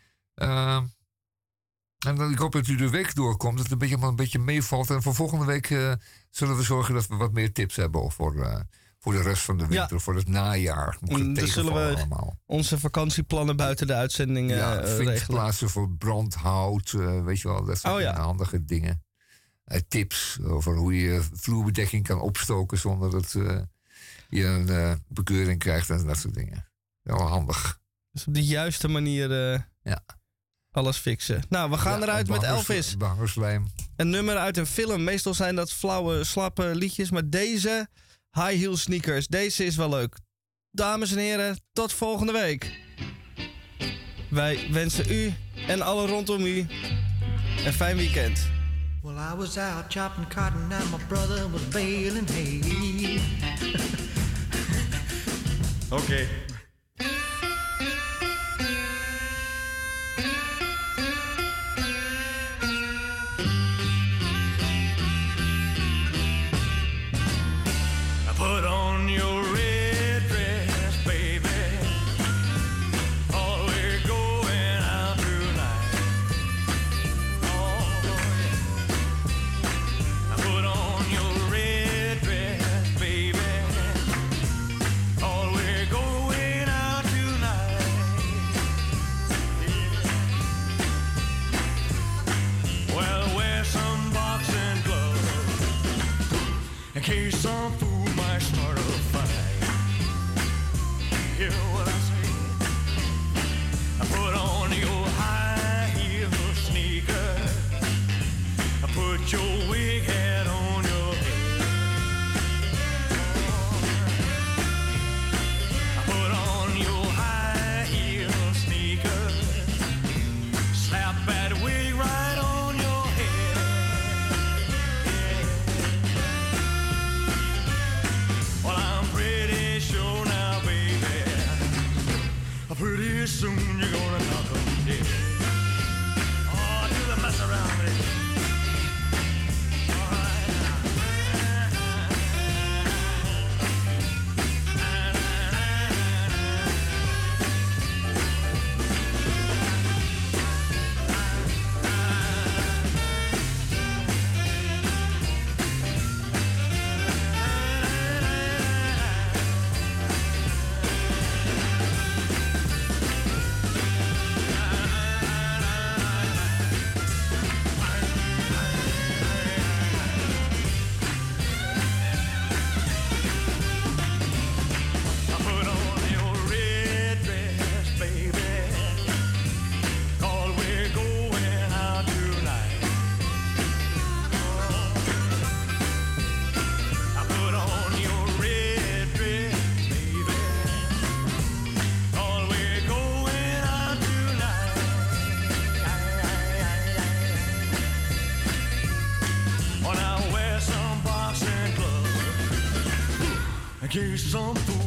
En dan, ik hoop dat u de week doorkomt. Dat het een beetje meevalt. En voor volgende week zullen we zorgen dat we wat meer tips hebben voor de rest van de winter. Ja. Voor het najaar. Dan zullen we allemaal onze vakantieplannen buiten de uitzending regelen. Plaatsen voor brandhout. Weet je wel, dat soort handige dingen. Tips over hoe je vloerbedekking kan opstoken zonder dat je een bekeuring krijgt en dat soort dingen. Wel handig. Dus op de juiste manier alles fixen. Nou, we gaan eruit met Elvis. Bangerslijm. Een nummer uit een film. Meestal zijn dat flauwe, slappe liedjes. Maar deze, High Heel Sneakers, deze is wel leuk. Dames en heren, tot volgende week. Wij wensen u en alle rondom u een fijn weekend. Well, I was out chopping cotton and my brother was baling hay. Okay. Put on your red dress, baby. Oh, we're going out tonight. Oh, yeah. Put on your red dress, baby. Oh, we're going out tonight. Yeah. Well, wear some boxing gloves in case some fool might start a fight. Hear what I say? I put on your high heel sneakers. I put your wig hat on your head. I put on your high heel sneakers. Slap that wig right on your head. Well, I'm pretty sure now, baby, pretty soon you're gonna knock 'em dead. Oh, do the mess around with it. In case some